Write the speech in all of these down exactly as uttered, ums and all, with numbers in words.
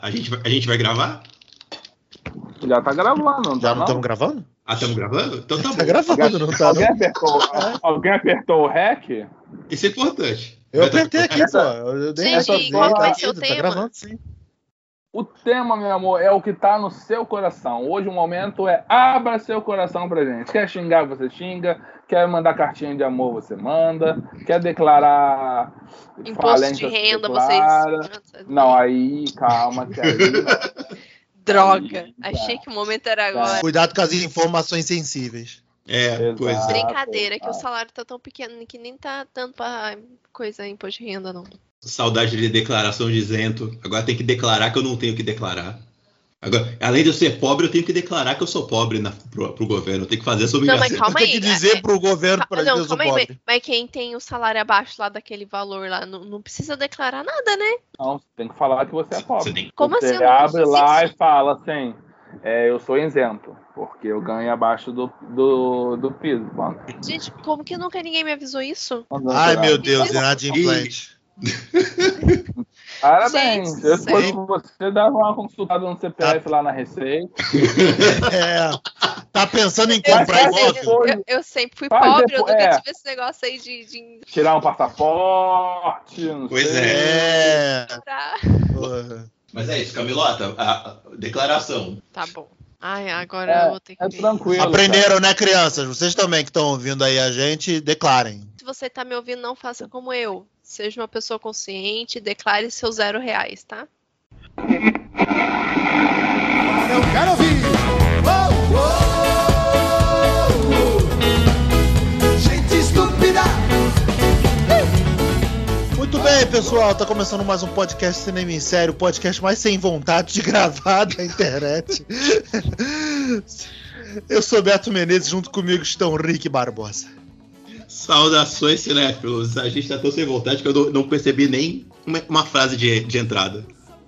A gente, vai- a gente vai gravar? Já tá gravando, não Já tá não estamos gravando? Ah, estamos gravando? Então tá Tá bom. gravando, não tá? Alguém Não? apertou, alguém apertou o REC? Isso é importante. Eu Vai dar- apertei aqui, pô. Eu dei Gente, essa qual tá vai aqui, ser o tá tema? gravando, sim. O tema, meu amor, é o que tá no seu coração. Hoje o momento é abra seu coração pra gente. Quer xingar, você xinga. Quer mandar cartinha de amor, você manda. Quer declarar Imposto falência, de você renda, declara. vocês. Não, aí, calma, que aí... Droga. Aí, Achei que o momento era agora. Cuidado com as informações sensíveis. É, Exato. pois é. Brincadeira, que o Ah. salário tá tão pequeno que nem tá dando pra coisa imposto de renda, não. Saudade de declaração de isento. Agora tem que declarar que eu não tenho que declarar. Agora, além de eu ser pobre, eu tenho que declarar que eu sou pobre na, pro, pro governo. Eu tenho que fazer essa Não, mas obrigação. calma Tem aí. que dizer é- pro governo para Não, dizer eu sou calma aí, pobre. mas, mas quem tem o salário abaixo lá daquele valor lá, não, não precisa declarar nada, né? Não, você tem que falar que você é pobre. Você tem- Como Você assim? Eu não abre fiz lá isso? e fala assim, é, eu sou isento, porque eu ganho abaixo do, do, do piso. Quando- Gente, como que nunca ninguém me avisou isso? quando Ai, eu- meu Deus, Isso. inadimplente. Parabéns. Gente, Se fosse sério? você, dava uma consultada no C P F lá na Receita. É. Tá pensando em Mas comprar faz imóvel? depois. Eu, eu sempre fui Faz pobre, eu depois- nunca é. tive esse negócio aí de, de Tirar um passaporte, não Pois sei. É. declarar. Porra. Mas é isso, Camilota. A, a declaração. Tá bom. Ai, agora É, eu vou ter que é ver. tranquilo. Aprenderam, né, crianças? Vocês também que estão ouvindo aí a gente, declarem. Se você tá me ouvindo, não faça como eu. Seja uma pessoa consciente e declare seus zero reais, tá? Eu quero ouvir. Oh, oh, oh. Gente estúpida. Muito bem, pessoal, tá começando mais um podcast Cinema em Série, o podcast mais sem vontade de gravar da internet. Eu sou Beto Menezes, junto comigo estão Rick Barbosa. Saudações, cinéfilos. A gente tá tão sem vontade que eu não, não percebi nem uma, uma frase de, de entrada.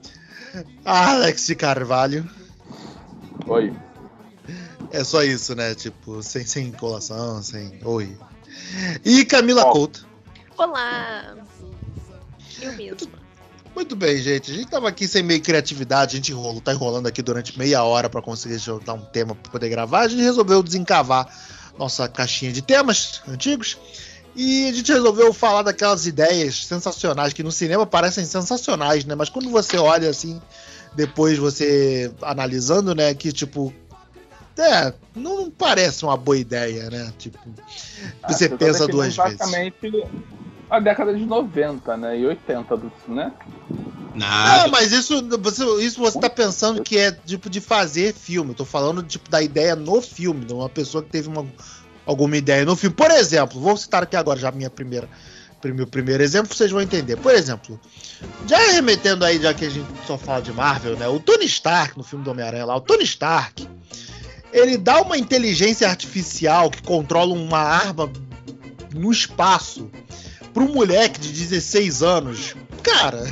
Alex de Carvalho. Oi. É só isso, né? Tipo, sem, sem colação, sem... Oi. E Camila Ó. Couto. Olá! Eu mesma. Muito bem, gente. A gente tava aqui sem meio criatividade, a gente enrolou, tá enrolando aqui durante meia hora pra conseguir juntar um tema pra poder gravar. A gente resolveu desencavar nossa caixinha de temas antigos e a gente resolveu falar daquelas ideias sensacionais que no cinema parecem sensacionais, né? Mas quando você olha assim, depois você analisando, né, que tipo, é, não parece uma boa ideia, né? Tipo, você tá pensa definindo duas vezes. Basicamente a década de noventa, né? E oitenta, do, né? Nada. Não, mas isso você, isso você tá pensando que é tipo de fazer filme. Eu tô falando tipo da ideia no filme, de uma pessoa que teve uma, alguma ideia no filme. Por exemplo, vou citar aqui agora já a minha primeira, meu primeiro exemplo, vocês vão entender. Por exemplo, já remetendo aí, já que a gente só fala de Marvel, né? O Tony Stark, no filme do Homem-Aranha lá, o Tony Stark, ele dá uma inteligência artificial que controla uma arma no espaço para um moleque de dezesseis anos. Cara,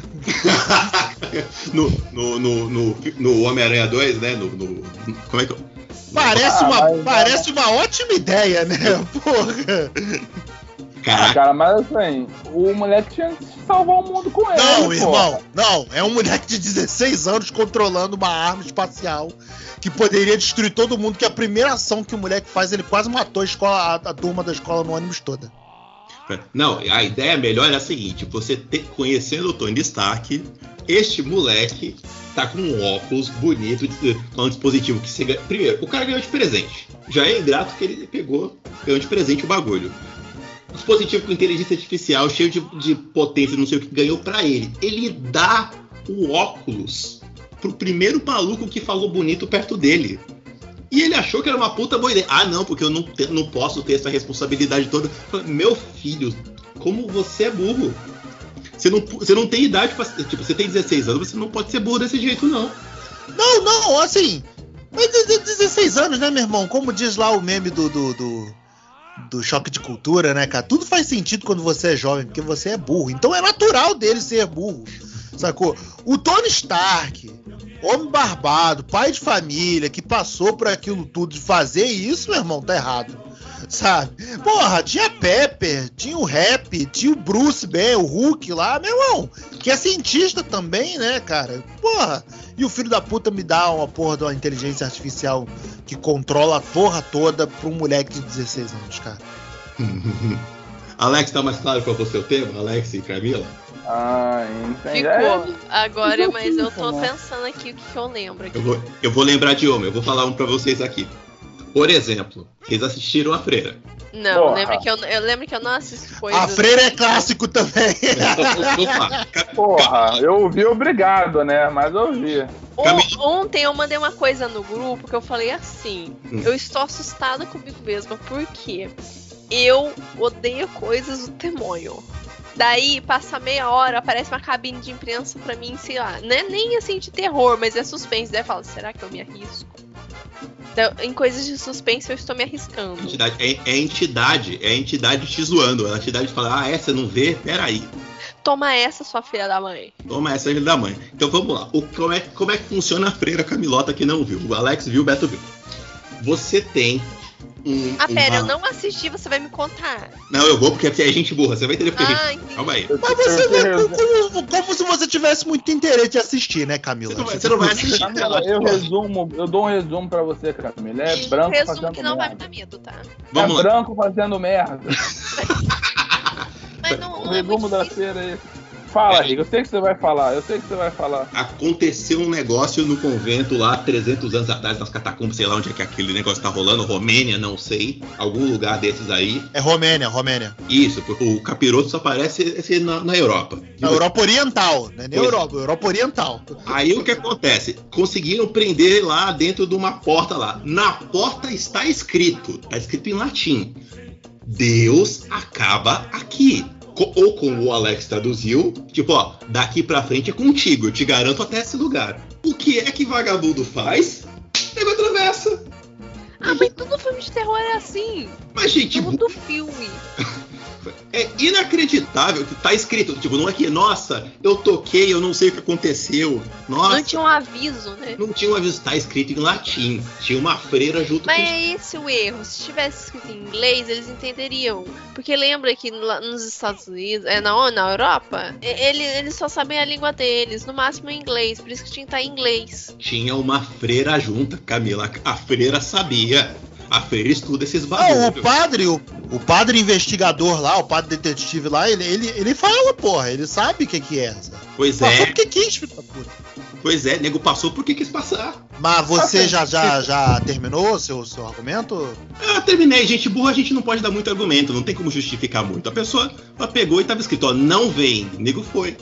no, no, no, no, no Homem-Aranha dois, né? No, no- como é que eu... parece, Ah, uma, mas- parece uma ótima ideia, né? Porra. Ah, Caraca, cara, mas assim, o moleque tinha que salvar o mundo com ele. Não, pô. irmão, não. É um moleque de dezesseis anos controlando uma arma espacial que poderia destruir todo mundo, que a primeira ação que o moleque faz, ele quase matou a, escola, a, a turma da escola no ônibus toda. não, a ideia melhor é a seguinte: você ter, conhecendo o Tony Stark, este moleque tá com um óculos bonito, com um dispositivo que você ganha. Primeiro, o cara ganhou de presente. Já é ingrato que ele pegou, ganhou de presente o bagulho. Dispositivo com inteligência artificial, cheio de, de potência, não sei o que, ganhou pra ele. Ele dá o óculos pro primeiro maluco que falou bonito perto dele. E ele achou que era uma puta boa ideia. Ah, não, porque eu não, te, não posso ter essa responsabilidade toda. Meu filho, como você é burro. Você não, você não tem idade pra... Tipo, você tem dezesseis anos, você não pode ser burro desse jeito, não. Não, não, assim. Mas dezesseis anos, né, meu irmão? Como diz lá o meme do, do, do, do choque de cultura, né, cara? Tudo faz sentido quando você é jovem, porque você é burro. Então é natural dele ser burro, sacou? O Tony Stark, homem barbado, pai de família, que passou por aquilo tudo, de fazer isso, meu irmão, tá errado. Sabe? Porra, tinha Pepper, tinha o Rap, tinha o Bruce Ben, o Hulk lá, meu irmão. que é cientista também, né, cara? Porra. E o filho da puta me dá uma porra de uma inteligência artificial que controla a porra toda pra um moleque de dezesseis anos, cara. Alex, tá mais claro qual foi o seu tema? Alex e Camila? Ah, entendi. Ficou. Agora, Ficou mas eu fica, tô né? pensando aqui o que, que eu lembro aqui. Eu vou, eu vou lembrar de uma, eu vou falar um pra vocês aqui. Por exemplo, vocês assistiram A Freira. Não, Porra. lembra que eu, eu lembro que eu não assisto coisas. A Freira é clássico também. Opa, ca- Porra, eu vi obrigado, né? Mas eu vi. O- Ontem eu mandei uma coisa no grupo que eu falei assim: Hum. eu estou assustada comigo mesma, porque eu odeio coisas do demônio. Daí, passa meia hora, aparece uma cabine de imprensa pra mim, sei lá. Não é nem assim de terror, mas é suspense. Daí eu falo, será que eu me arrisco? Então, em coisas de suspense eu estou me arriscando. entidade, é, é entidade, é entidade te zoando. A entidade fala, ah, é, você não vê? Peraí. Toma essa, sua filha da mãe. Toma essa filha da mãe. Então vamos lá. O, como, é, como é que funciona a Freira Camilota que não viu? O Alex viu, o Beto viu. Você tem um. Ah, pera, uma- eu não assisti, você vai me contar. Não, eu vou porque é gente burra. Você vai entender porque a Ah, gente. entendi. Calma aí. Mas você vê como, como- como se você tivesse muito interesse de assistir, né, Camila? Você não vai, você não vai assistir. Camila, eu resumo, eu dou um resumo pra você, Camila. É E branco resumo fazendo que não vai me merda. dar medo, tá? Vamos é lá. branco fazendo merda. Mas não, O não é resumo muito da difícil. feira aí. Fala, Rico, eu sei que você vai falar, eu sei que você vai falar. Aconteceu um negócio no convento lá trezentos anos atrás, nas catacumbas, sei lá onde é que aquele negócio tá rolando, Romênia, não sei, algum lugar desses aí. É Romênia, Romênia. Isso, porque o capiroto só aparece esse na, na Europa. Na Europa Oriental, né? Nem Pois é. Europa, Europa Oriental. Aí o que acontece? Conseguiram prender lá dentro de uma porta lá. Na porta está escrito, está escrito em latim: Deus acaba aqui. Co- Ou como o Alex traduziu, tipo, ó, daqui pra frente é contigo, eu te garanto até esse lugar. O que é que vagabundo faz? Ele atravessa. Ah, mas todo filme de terror é assim. Mas, gente, Todo filme. é inacreditável que tá escrito, tipo, não é que, nossa, eu toquei, eu não sei o que aconteceu. Nossa, Não tinha um aviso, né? não tinha um aviso, tá escrito em latim. Tinha uma freira junto Mas com... é esse o erro. Se tivesse escrito em inglês, eles entenderiam. Porque lembra que lá nos Estados Unidos, é na, na Europa, e- ele, eles só sabem a língua deles, no máximo em inglês. Por isso que tinha que estar em inglês. Tinha uma freira junta, Camila. A freira sabia. A freira estuda esses Não, o bagulhos. padre, o, o padre investigador lá, o padre detetive lá, ele, ele, ele fala, porra, ele sabe o que que é. Sabe? Pois Passou é, porque quis, filho da puta. pois é, nego passou porque quis passar. Mas você Ah, já, já, já terminou seu, seu argumento? Eu terminei, gente burra, a gente não pode dar muito argumento, não tem como justificar muito. A pessoa ela pegou e tava escrito, ó, não vem. O nego foi.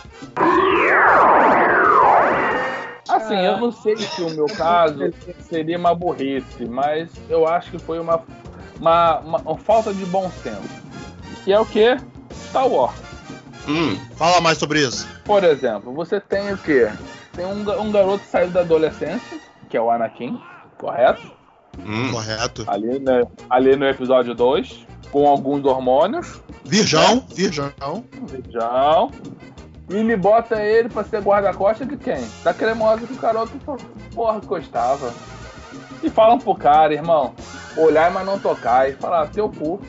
Assim, eu não sei se o meu caso seria uma burrice, mas eu acho que foi uma, uma, uma, uma falta de bom senso. Que é o quê? Star Wars. Hum, Fala mais sobre isso. Por exemplo, você tem o quê? Tem um, ga- um garoto que saiu da adolescência, que é o Anakin, correto? hum. Correto. Ali, né, ali no episódio dois, com alguns hormônios, Virgão, virgão. virgão, e me bota ele pra ser guarda-costas de quem? Da cremosa que o garoto, porra, gostava. E falam pro cara, irmão, olhar mas não tocar, e falar, teu cu.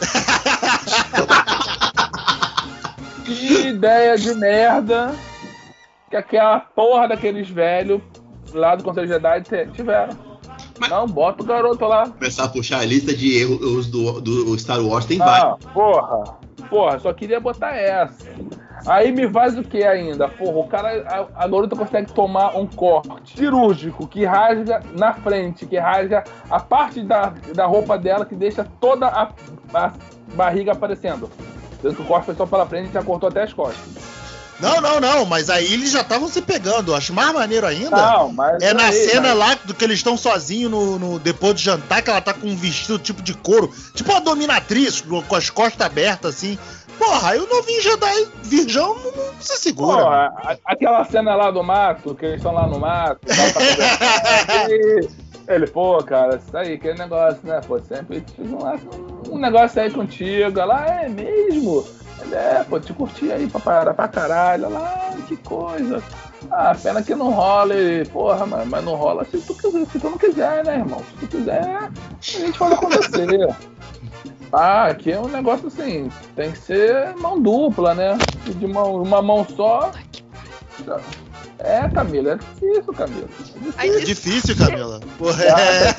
Que ideia de merda que aquela porra daqueles velhos lá do Conselho Jedi te- tiveram. Mas- Não, bota o garoto lá. Começar a puxar a lista de erros do, do Star Wars, tem vários. Ah, porra. Porra, só queria botar essa. Aí me faz o que ainda? Porra, o cara, a, a garota consegue tomar um corte cirúrgico que rasga na frente, que rasga a parte da, da roupa dela, que deixa toda a, a barriga aparecendo. Sendo que o corte foi só pela frente e já cortou até as costas. Não, não, não, mas aí eles já estavam se pegando. Acho mais maneiro ainda. Não, mas. É na aí, cena mas- lá do que eles estão sozinhos no, no depois de jantar, que ela tá com um vestido tipo de couro, tipo uma dominatriz, com as costas abertas assim. Porra, aí o novinho Jedi virgão não, não se segura. Porra, a- aquela cena lá do mato, que eles estão lá no mato, e tal, tá conversando, e ele, pô, cara, isso aí, aquele negócio, né? Pô, sempre tive um, um negócio aí contigo. Ela, é mesmo? Ele, é, pô, te curti aí pra parar pra caralho. Ela, ah, que coisa. Ah, pena que não rola, e, porra, mas, mas não rola se tu, quiser, se tu não quiser, né, irmão? Se tu quiser, a gente fala com você. Ah, aqui é um negócio assim, tem que ser mão dupla, né? De mão, uma mão só. É, Camila, é difícil, Camila. É difícil, é difícil Camila. Porra, é.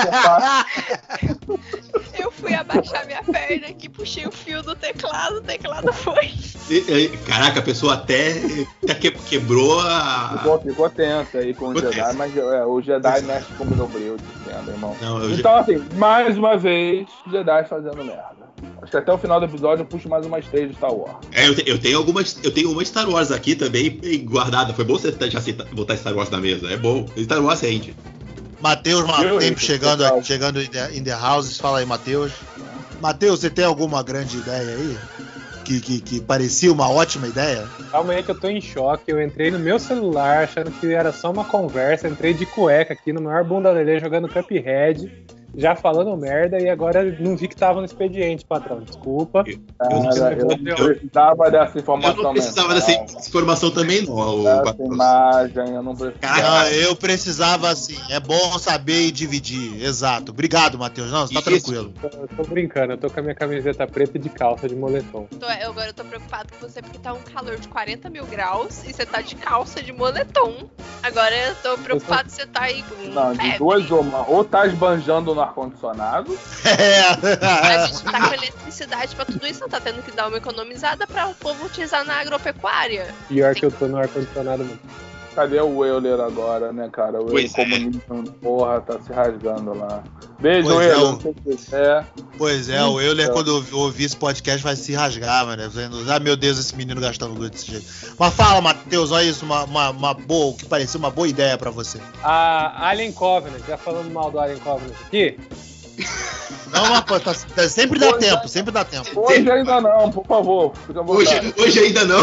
Eu fui abaixar minha perna aqui, puxei o fio do teclado, o teclado foi. Caraca, a pessoa até, até quebrou a. Ficou, ficou tensa aí com o Jedi, tenso. Mas é, o Jedi mexe como no bril, entendeu, irmão? Não, eu... Então, assim, mais uma vez, Jedi fazendo merda. Acho que até o final do episódio eu puxo mais umas três de Star Wars. É, eu, te, eu tenho algumas. Eu tenho uma Star Wars aqui também guardada. Foi bom você já botar Star Wars na mesa. É bom. Star Wars rende. Matheus, tempo chegando, chegando in the, in the houses. Fala aí, Matheus. Matheus, você tem alguma grande ideia aí? Que, que, que parecia uma ótima ideia? Calma aí que eu tô em choque. Eu entrei no meu celular achando que era só uma conversa. Entrei de cueca aqui no maior bunda lelê jogando Cuphead. Já falando merda e agora não vi que tava no expediente, patrão. Desculpa. Eu, eu, não, Cara, eu não precisava dessa informação. Eu não precisava dessa informação também, não. Essa imagem, eu não precisava. Não, eu precisava assim. É bom saber e dividir. Exato. Obrigado, Matheus. Não, você tá Isso. tranquilo. Eu tô, eu tô brincando. Eu tô com a minha camiseta preta e de calça de moletom. Tô, eu, agora eu tô preocupado com você porque tá um calor de quarenta mil graus e você tá de calça de moletom. Agora eu tô preocupado que você tá aí com Não, de febre. Duas uma. Ou tá esbanjando no ar-condicionado. É. A gente tá com eletricidade pra tudo isso, não tá tendo que dar uma economizada pra o povo utilizar na agropecuária. Pior Tem... que eu tô no ar-condicionado mesmo. Cadê o Euler agora, né, cara? O Euler comunismo, porra, tá se rasgando lá. Beijo, Pois Euler. é, Não sei se é. Pois é, o Euler, quando ouvir esse podcast, vai se rasgar, mano. Vendo, ah, meu Deus, esse menino gastando luz desse jeito. Mas fala, Matheus, olha isso, uma, uma, uma boa, o que parecia uma boa ideia pra você. A Alien Covenant, já falando mal do Alien Covenant aqui. Não, mas pô, tá, sempre dá Hoje, tempo, sempre dá tempo. Hoje ainda não, por favor. Fica à vontade. Hoje, hoje ainda não.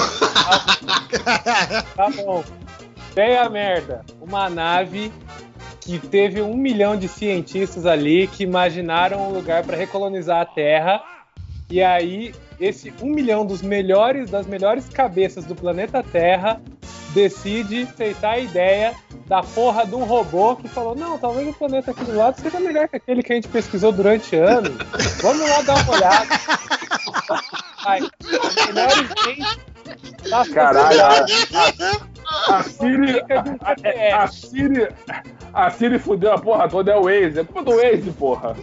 Tá bom. Tem a merda. Uma nave que teve um milhão de cientistas ali que imaginaram um lugar para recolonizar a Terra. E aí, esse um milhão dos melhores, das melhores cabeças do planeta Terra decide aceitar a ideia da porra de um robô que falou: não, talvez o planeta aqui do lado seja melhor que aquele que a gente pesquisou durante anos. Vamos lá dar uma olhada. Ai, os melhores gente da Caralho, sociedade. A Siri, a, a Siri, a Siri fudeu a porra toda, é o Waze, é culpa do Waze, porra.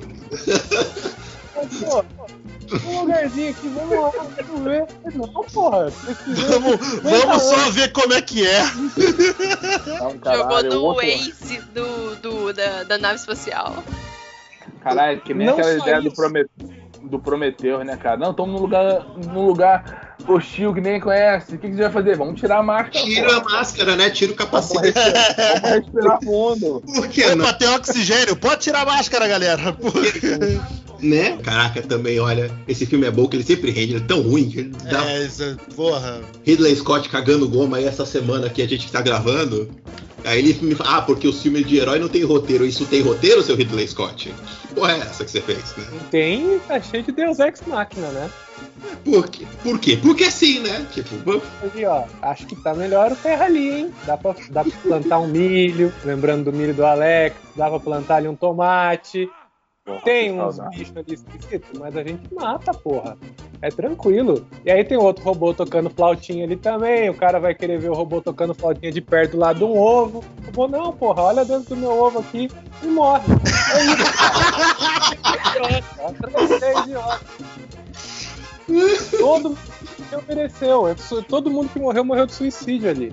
Pô, um lugarzinho aqui, vamos lá, vamos ver. Não, porra, vamos, vamos só ver como é que é. Não, caralho, jogou no outro... Waze do, do, da, da nave espacial. Caralho, que nem Não aquela ideia do, isso. Promet... do Prometheus, né, cara? Não, estamos num lugar, num lugar hostil que ninguém conhece. O que, que você vai fazer? Vamos tirar a máscara. Tira porra. a máscara, né? Tira o Vamos capacete. respirar, vamos respirar fundo. Por que não? Opa, tem oxigênio, pode tirar a máscara, galera. Né? Caraca, também, olha, esse filme é bom que ele sempre rende, ele é tão ruim que ele dá... É, isso, porra. Ridley Scott cagando goma aí essa semana que a gente tá gravando. Aí ele me fala, ah, porque os filmes de herói não tem roteiro. Isso tem roteiro, seu Ridley Scott? Que porra é essa que você fez, né? Tem, tá cheio de Deus Ex Machina, né? Por quê? Por quê? Porque sim, né? Tipo, Aqui, ó, acho que tá melhor o terra ali, hein? Dá pra, dá pra plantar um milho, lembrando do milho do Alex, dá pra plantar ali um tomate. Porra, Tem que uns saudade. bichos ali esquisitos, mas a gente mata, porra. É tranquilo. E aí tem outro robô tocando flautinha ali também. O cara vai querer ver o robô tocando flautinha de perto do lado de um ovo. O robô, não, porra, olha dentro do meu ovo aqui e morre. É isso, cara. É idiota. Todo mundo que ofereceu. Todo mundo que morreu, morreu de suicídio ali.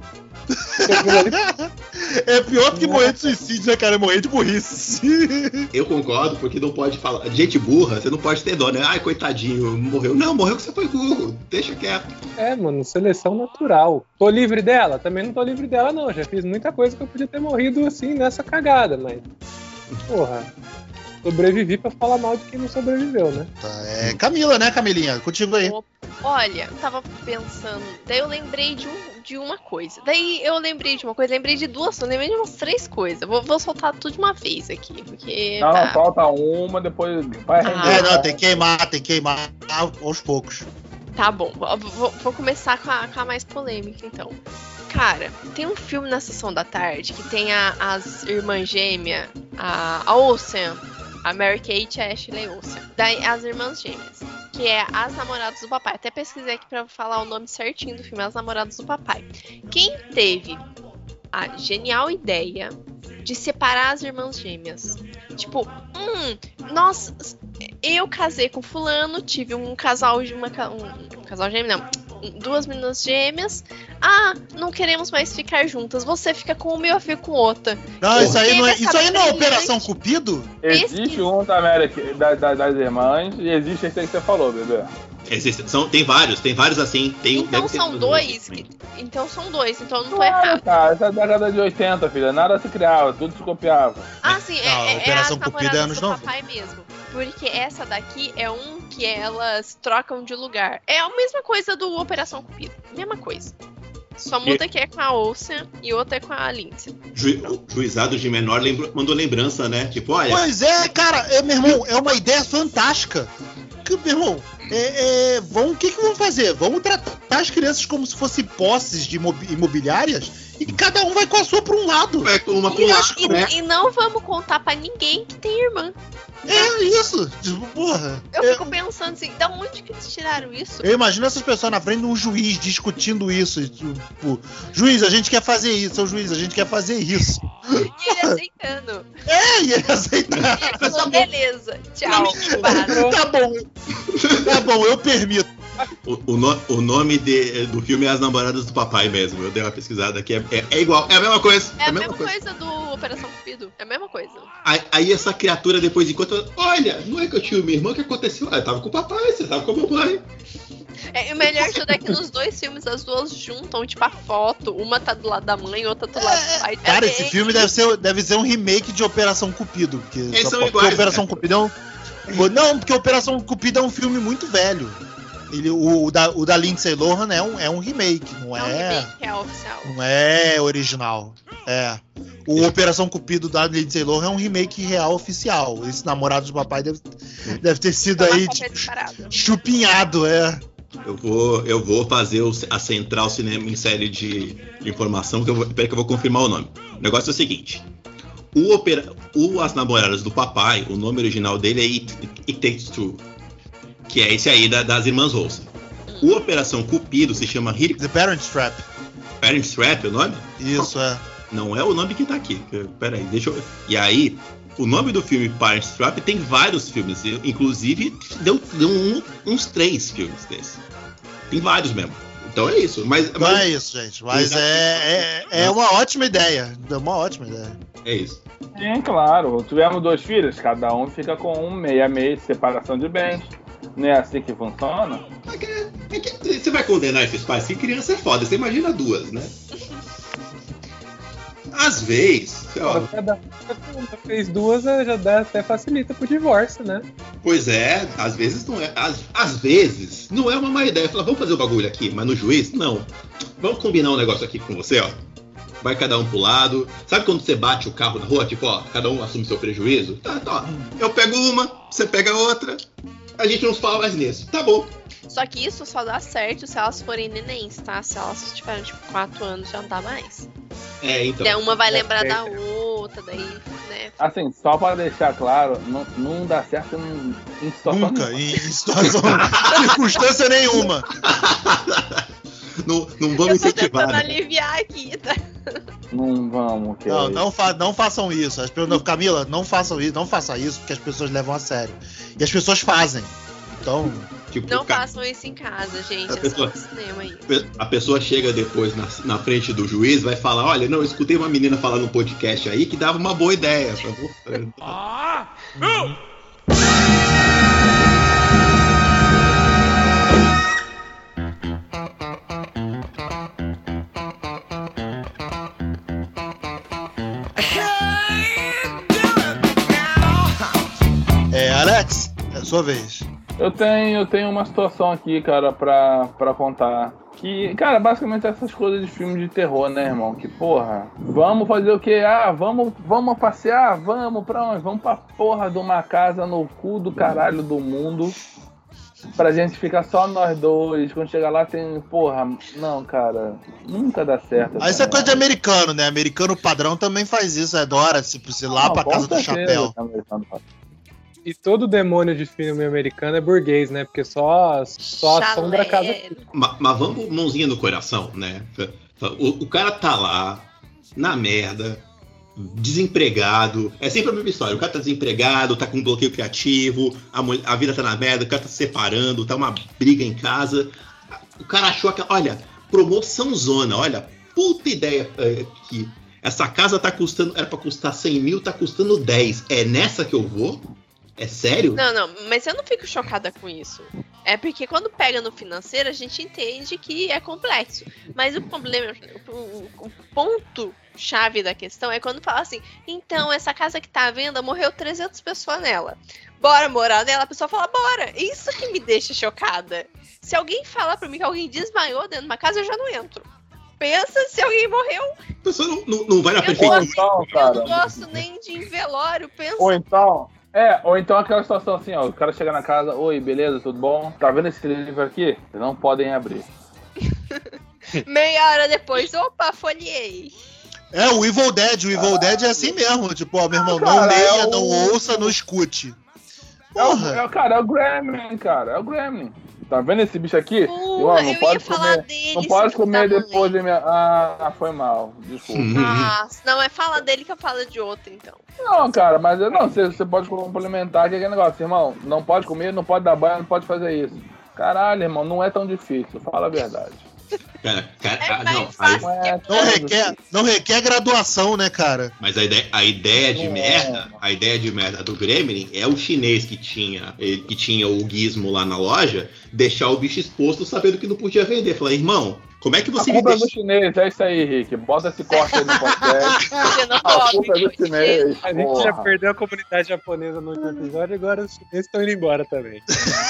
É pior do que morrer de suicídio, né, cara? É morrer de burrice. eu concordo, porque não pode falar. Gente burra, você não pode ter dó, né? Ai, coitadinho, morreu. Não, morreu que você foi burro. Deixa quieto. É, mano, seleção natural. Tô livre dela? Também não tô livre dela, não. Já fiz muita coisa que eu podia ter morrido assim nessa cagada, mas. Porra. Sobrevivi pra falar mal de quem não sobreviveu, né? Tá, é Camila, né, Camilinha? Contigo aí. Olha, eu tava pensando, daí eu lembrei de, um, de uma coisa. Daí eu lembrei de uma coisa, lembrei de duas, eu lembrei de umas três coisas. Vou, vou soltar tudo de uma vez aqui, porque. Não, tá... falta uma, depois vai render. Ah. É, não, tem que queimar, tem que queimar aos poucos. Tá bom, vou, vou começar com a, com a mais polêmica, então. Cara, tem um filme na Sessão da Tarde que tem a, as irmãs gêmeas, a, a Olsen, A Mary-Kate e a Ashley Olsen. Daí, as irmãs gêmeas, que é As Namoradas do Papai. Até pesquisei aqui pra falar o nome certinho do filme, As Namoradas do Papai. Quem teve a genial ideia de separar as irmãs gêmeas? Tipo, hum, nossa, eu casei com fulano, tive um casal, uma, um, um casal gêmeo, não. Duas meninas gêmeas. Ah, não queremos mais ficar juntas. Você fica com uma e eu fico com outra. Não, isso aí não é, isso aí não é Operação Cupido? Existe um da América, da, da, das irmãs e existe esse aí que você falou, bebê. Existe, são, tem vários, tem vários assim. Tem, então são dois. Que, então são dois, então eu não tô ah, errado. Tá, essa é da década de oitenta, filha. Nada se criava, tudo se copiava. Ah, sim, é, não, é, Operação é as Cupido é anos do papai mesmo. Porque essa daqui é um que elas trocam de lugar. É a mesma coisa do Operação Cupido. Mesma coisa. Só muda e... que é com a Olsen e outra é com a Lindsay. Ju, o juizado de menor lembrou, mandou lembrança, né? Tipo, olha. Pois é, cara, é, meu irmão, é uma ideia fantástica. Que, meu irmão, é, é, vão, o que, que vão fazer? Vamos tratar as crianças como se fossem posses de imobiliárias e cada um vai com a sua pra um lado. É, uma e, não, e, né? e não vamos contar pra ninguém que tem irmã. É isso, tipo, porra. Eu é... fico pensando assim, da onde que eles tiraram isso? Eu imagino essas pessoas na frente de um juiz discutindo isso. E, tipo, juiz, a gente quer fazer isso, seu juiz, a gente quer fazer isso. E ele aceitando. É, e ele aceitando. E ele falou, beleza, tchau. Tá bom. Tá bom, eu permito. O, o, no, o nome de, do filme é As Namoradas do Papai mesmo. Eu dei uma pesquisada aqui. É, é, é igual, é a mesma coisa. É, é a mesma, mesma coisa. coisa do Operação Cupido. É a mesma coisa. Aí, aí essa criatura depois de quanto. Olha, não é que eu tinha uma irmã, o que aconteceu? Ah, eu tava com o papai, você tava com a mamãe. É, o melhor de tudo é que nos dois filmes as duas juntam, tipo, a foto. Uma tá do lado da mãe, outra do lado do pai. Cara, é esse bem... filme deve ser, deve ser um remake de Operação Cupido. Porque, Eles são porque iguais, Operação né? Cupido é um... Não, porque Operação Cupido é um filme muito velho. Ele, o, o, da, o da Lindsay Lohan é um, é um remake, não é? É um remake, é oficial. Não é original. É. O Operação Cupido da Lindsay Lohan é um remake real oficial. Esse Namorado do Papai deve, deve ter sido é aí tipo, chupinhado, é. Eu vou, eu vou fazer o, a Central Cinema em série de, de informação, que eu vou, peraí que eu vou confirmar o nome. O negócio é o seguinte. O, opera, o As Namoradas do Papai, o nome original dele é It, It Takes Two. Que é esse aí da, das irmãs Olsen. O Operação Cupido se chama Hit... The Parent Trap. Parent Trap é o nome? Isso, é. Não é o nome que tá aqui. Peraí, deixa eu... E aí, o nome do filme Parent Trap tem vários filmes. Inclusive, deu, deu um, uns três filmes desses. Tem vários mesmo. Então é isso. Mas, Não mas... é isso, gente. Mas é, é, é uma ótima ideia. É uma ótima ideia. É isso. Sim, claro. Tivemos dois filhos, cada um fica com um meio a meio, separação de bens. Não é assim que funciona? É que, é que você vai condenar esses pais que criança é foda, você imagina duas, né? Às vezes, ó, cada um fez duas, já dá, até facilita pro divórcio, né? Pois é, às vezes não é. Às, às vezes não é uma má ideia. Falar, vamos fazer o bagulho aqui, mas no juiz, não. Vamos combinar um negócio aqui com você, ó. Vai cada um pro lado. Sabe quando você bate o carro na rua, tipo, ó, cada um assume seu prejuízo? Tá, tá, ó. Eu pego uma, você pega outra. A gente não fala mais nisso. Tá bom. Só que isso só dá certo se elas forem nenéns, tá? Se elas tiverem, tipo, quatro anos, já não dá mais. É, então. Daí uma vai lembrar é, da outra, daí, né? Assim, só pra deixar claro, não, não dá certo em, em situação Nunca, em, em situação, circunstância nenhuma. Não, não vamos incentivar. Eu tô tentando né? aliviar aqui, tá? Não vamos, que Não, não, fa não façam isso. As pessoas, Camila, não façam isso, não faça isso, porque as pessoas levam a sério. E as pessoas fazem. Então. Tipo, não ca... façam isso em casa, gente. A é pessoa, só no cinema aí. A pessoa chega depois na, na frente do juiz, vai falar: olha, não, eu escutei uma menina falar no podcast aí que dava uma boa ideia. Ah! Não! É, Alex, é a sua vez. Eu tenho, eu tenho uma situação aqui, cara, pra, pra contar. Que, cara, basicamente essas coisas de filme de terror, né, irmão? Que, porra, vamos fazer o quê? Ah, vamos, vamos passear? Vamos pra onde? Vamos pra porra de uma casa no cu do caralho do mundo. Pra gente ficar só nós dois. Quando chegar lá tem, porra, não, cara, nunca dá certo. Aí isso é coisa de americano, né? Americano padrão também faz isso, adora se ir lá não, pra casa do certeza, chapéu. E todo demônio de filme americano é burguês, né? Porque só, só assombra a casa. Mas, mas vamos mãozinha no coração, né? O, o cara tá lá, na merda, desempregado. É sempre a mesma história. O cara tá desempregado, tá com um bloqueio criativo, a, mulher, a vida tá na merda, o cara tá se separando, tá uma briga em casa. O cara achou que, olha, promoção zona, olha, puta ideia é, que essa casa tá custando, era pra custar cem mil, tá custando dez. É nessa que eu vou? É sério? Não, não, mas eu não fico chocada com isso. É porque quando pega no financeiro, a gente entende que é complexo. Mas o problema, o, o, o ponto chave da questão é quando fala assim, então, essa casa que tá à venda, morreu trezentas pessoas nela. Bora morar nela? A pessoa fala, bora. Isso que me deixa chocada. Se alguém falar pra mim que alguém desmaiou dentro de uma casa, eu já não entro. Pensa se alguém morreu. A pessoa não, não, não vai na Ou prefeitura. então, Eu cara, não gosto nem de velório, pensa. ou então, é, ou então aquela situação assim, ó, o cara chega na casa, oi, beleza, tudo bom? Tá vendo esse livro aqui? Vocês não podem abrir. Meia hora depois, opa, folhei. É, o Evil Dead, o Evil Dead é assim mesmo. Tipo, ó, meu irmão, não cara, leia, é o- não ouça, não escute. É o, Porra. é, o- cara, é o Gremlin, cara, é o Gremlin. Tá vendo esse bicho aqui? Porra, Irmão, não eu pode ia falar comer, dele. não pode filho comer da depois mãe. de minha... Ah, foi mal, desculpa. Nossa, não, é fala dele que eu falo de outro, então. Não, cara, mas eu não, você, você pode complementar que é aquele negócio, irmão, não pode comer, não pode dar banho, não pode fazer isso. Caralho, irmão, não é tão difícil, fala a verdade. Cara, cara, É ah, mais não, aí- fácil. Não é Não tão requer, difícil. não requer graduação, né, cara? mas a ideia, a ideia de Não, merda, a ideia de merda do Gremlin é o chinês que tinha, eh, que tinha o gizmo lá na loja, deixar o bicho exposto sabendo que não podia vender. Falar, irmão, como é que A você me culpa é deixa... do chinês, é isso aí, Rick. Bota esse corte aí no podcast. Você não A culpa é do pode. chinês. A gente já porra. perdeu a comunidade japonesa no último episódio, agora os chineses estão indo embora também.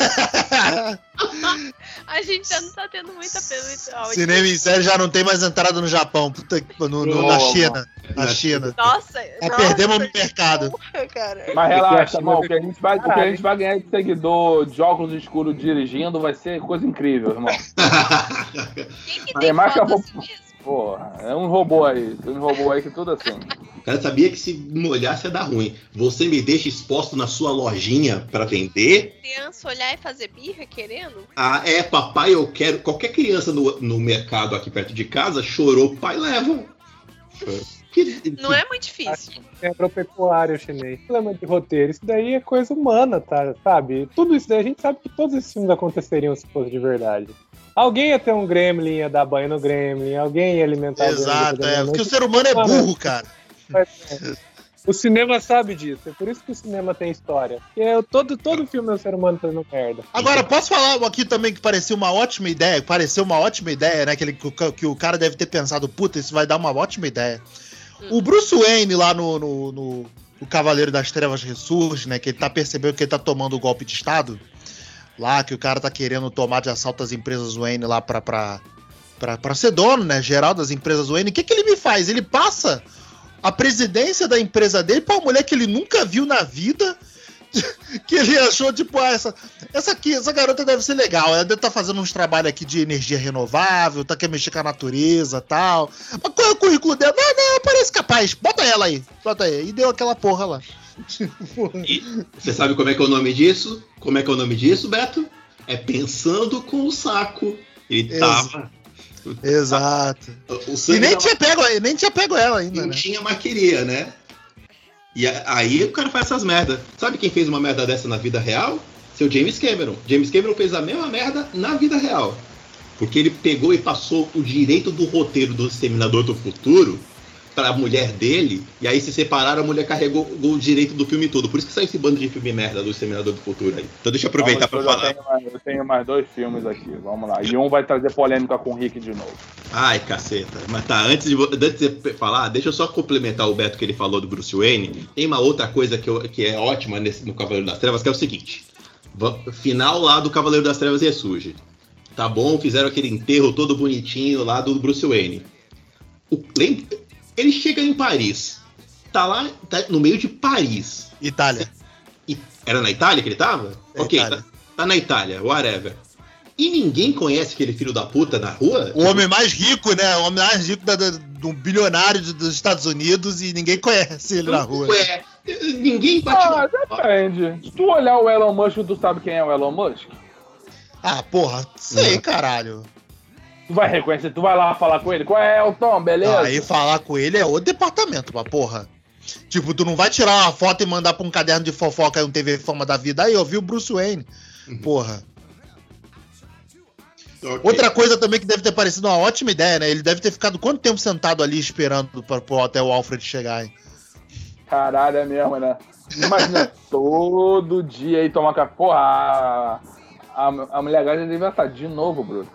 A gente já não tá tendo muita pena. Cinema em série já não tem mais entrada no Japão, puta que- no, no- na Boa, China. Na China. Nossa, Já nossa, perdemos no que mercado. porra, cara. Mas É que a relaxa, China irmão. O vai- que a gente vai, o que a Caralho. gente vai ganhar de seguidor de óculos escuros dirigindo vai ser coisa incrível, irmão. Quem que Tem tem mais que foto a assim mesmo? Porra, é um robô aí. Tem um robô aí que tudo assim. O cara sabia que se molhasse ia dar ruim. Você me deixa exposto na sua lojinha pra vender? Criança olhar e fazer birra querendo? Ah, é, papai, eu quero. Qualquer criança no, no mercado aqui perto de casa chorou, pai, leva. Que- Não é muito difícil. É agropecuário chinês. Problema de roteiro, isso daí é coisa humana, tá? Sabe? Tudo isso daí a gente sabe que todos esses filmes aconteceriam se fosse de verdade. Alguém ia ter um gremlin, ia dar banho no gremlin, alguém ia alimentar o gremlin Exato, depois da é. Porque o meia-noite. ser humano é burro, cara. O cinema sabe disso, é por isso que o cinema tem história. Porque é, todo, todo filme é o ser humano fazendo merda. Agora, posso falar aqui também que parecia uma ótima ideia? Pareceu uma ótima ideia, né? Que, ele, que, o- que o cara deve ter pensado, puta, isso vai dar uma ótima ideia. O Bruce Wayne lá no, no, no- no Cavaleiro das Trevas Ressurge, né? Que ele tá percebendo que ele tá tomando o golpe de Estado. Lá, que o cara tá querendo tomar de assalto as empresas Wayne lá pra, pra, pra, pra ser dono, né? Geral das empresas Wayne. O que que ele me faz? Ele passa a presidência da empresa dele pra uma mulher que ele nunca viu na vida. Que ele achou, tipo, ah, essa, essa aqui, essa garota deve ser legal. Ela deve estar fazendo uns trabalhos aqui de energia renovável, tá querendo mexer com a natureza e tal. Mas qual é o currículo dela? Não, não, parece capaz. Bota ela aí, bota aí. E deu aquela porra lá. E você sabe como é que é o nome disso? Como é que é o nome disso, Beto? É pensando com o saco. Ele Ex- tava. Exato. O E sangue nem tava- tinha pego, nem tinha pego ela ainda, não né? tinha, mas queria, né? E a- aí o cara faz essas merdas. Sabe quem fez uma merda dessa na vida real? Seu James Cameron. James Cameron fez a mesma merda na vida real. Porque ele pegou e passou o direito do roteiro do Exterminador do Futuro pra mulher dele, e aí se separaram, a mulher carregou o direito do filme todo. Por isso que saiu esse bando de filme merda do Exterminador do Futuro aí. Então deixa eu aproveitar pra Vamos, eu falar. tenho mais- Eu tenho mais dois filmes aqui, vamos lá. E um vai trazer polêmica com o Rick de novo. Ai, caceta. Mas tá, antes de, vo- antes de você falar, deixa eu só complementar o Beto que ele falou do Bruce Wayne. Tem uma outra coisa que, eu- que é ótima nesse, no Cavaleiro das Trevas, que é o seguinte. Va- Final lá do Cavaleiro das Trevas ressurge. Tá bom, fizeram aquele enterro todo bonitinho lá do Bruce Wayne. O, lem- ele chega em Paris. Tá lá, tá no meio de Paris. Itália. E- era na Itália que ele tava? É ok, Itália. tá, tá na Itália, whatever. E ninguém conhece aquele filho da puta na rua? O homem mais rico, né? O homem mais rico da, da, de um bilionário de- dos Estados Unidos e ninguém conhece ele na rua. Ué, Ninguém bate Ah, depende. Se tu olhar o Elon Musk, tu sabe quem é o Elon Musk? Ah, porra, sei, Uhum. caralho. Tu vai reconhecer, tu vai lá falar com ele. Qual é, Elton? Beleza? Aí falar com ele é outro departamento, mas porra. Tipo, tu não vai tirar uma foto e mandar pra um caderno de fofoca e um T V Fama da vida. Aí eu vi o Bruce Wayne. Porra. Ok. Outra coisa também que deve ter parecido uma ótima ideia, né? Ele deve ter ficado quanto tempo sentado ali esperando pra, pro até o Alfred chegar, hein? Caralho, é mesmo, né? Imagina todo dia aí tomar café. Porra, a, a, a mulher gata devia estar de novo, Bruce.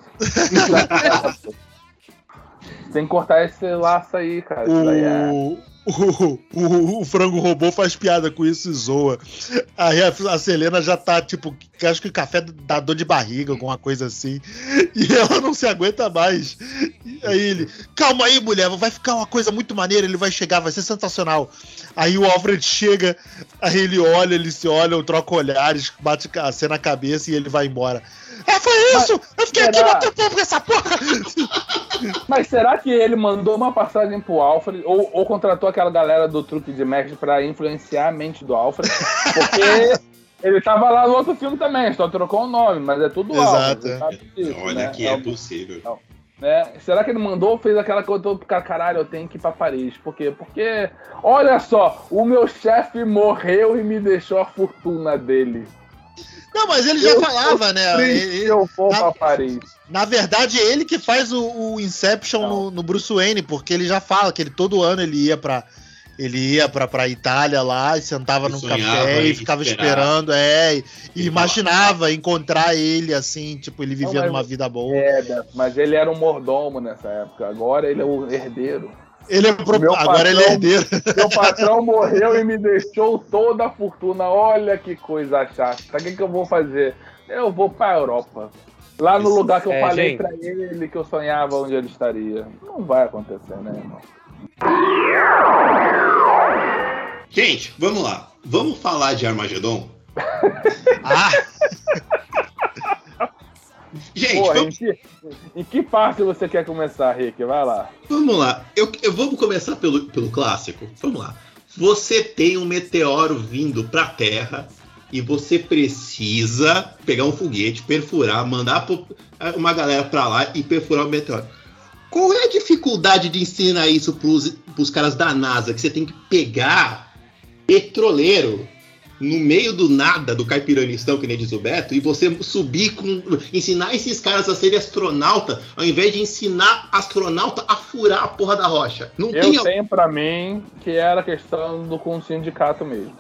Tem que cortar esse laço aí, cara. Isso daí é... O, o, o, o frango robô faz piada com isso e zoa. Aí a, a Selena já tá, tipo, acho que o café dá dor de barriga, alguma coisa assim. E ela não se aguenta mais. E aí ele, calma aí, mulher, vai ficar uma coisa muito maneira, ele vai chegar, vai ser sensacional. Aí o Alfred chega, aí ele olha, ele se olha, troca olhares, bate a cena na cabeça e ele vai embora. É, foi isso! Mas eu fiquei será? aqui batendo tempo com essa porra! Mas será que ele mandou uma passagem pro Alfred ou, ou contratou aquela galera do truque de mestre pra influenciar a mente do Alfred? Porque ele tava lá no outro filme também, só trocou o nome, mas é tudo Exato, Alfred. é. Sabe disso, Olha né? que é possível. Né? Será que ele mandou ou fez aquela coisa todo cara, caralho, eu tenho que ir pra Paris? Por quê? Porque, olha só, o meu chefe morreu e me deixou a fortuna dele. Não, mas ele já Eu falava, né? Triste, Ele- eu vou na- pra Paris. Na verdade, é ele que faz o, o Inception no, no Bruce Wayne, porque ele já fala que ele todo ano ele ia pra. Ele ia pra, pra Itália lá e sentava E num sonhava café e em ficava esperar. esperando, é, e, e E imaginava encontrar ele assim, tipo, ele vivendo mas- uma vida boa. É, Beto, mas ele era um mordomo nessa época. Agora ele é o herdeiro. Ele é pro- Meu agora ele é patrão- herdeiro. Meu patrão morreu e me deixou toda a fortuna. Olha que coisa chata. O que, que eu vou fazer? Eu vou pra Europa. Lá no lugar que eu É, falei gente. pra ele que eu sonhava onde ele estaria. Não vai acontecer, né, irmão? Gente, vamos lá. Vamos falar de Armagedon? Ah, Gente, Pô, em vamos, que, em que parte você quer começar, Rick? Vai lá. vamos lá. Eu, eu vamos começar pelo, pelo clássico. Vamos lá. Você tem um meteoro vindo pra Terra e você precisa pegar um foguete, perfurar, mandar pro- uma galera pra lá e perfurar o meteoro. Qual é a dificuldade de ensinar isso pros, pros caras da NASA? Que você tem que pegar petroleiro no meio do nada, do caipiranistão, que nem diz o Beto, e você subir com... ensinar esses caras a serem astronauta, ao invés de ensinar astronauta a furar a porra da rocha. Não tem... Eu tenho pra mim que era questão do com o sindicato mesmo.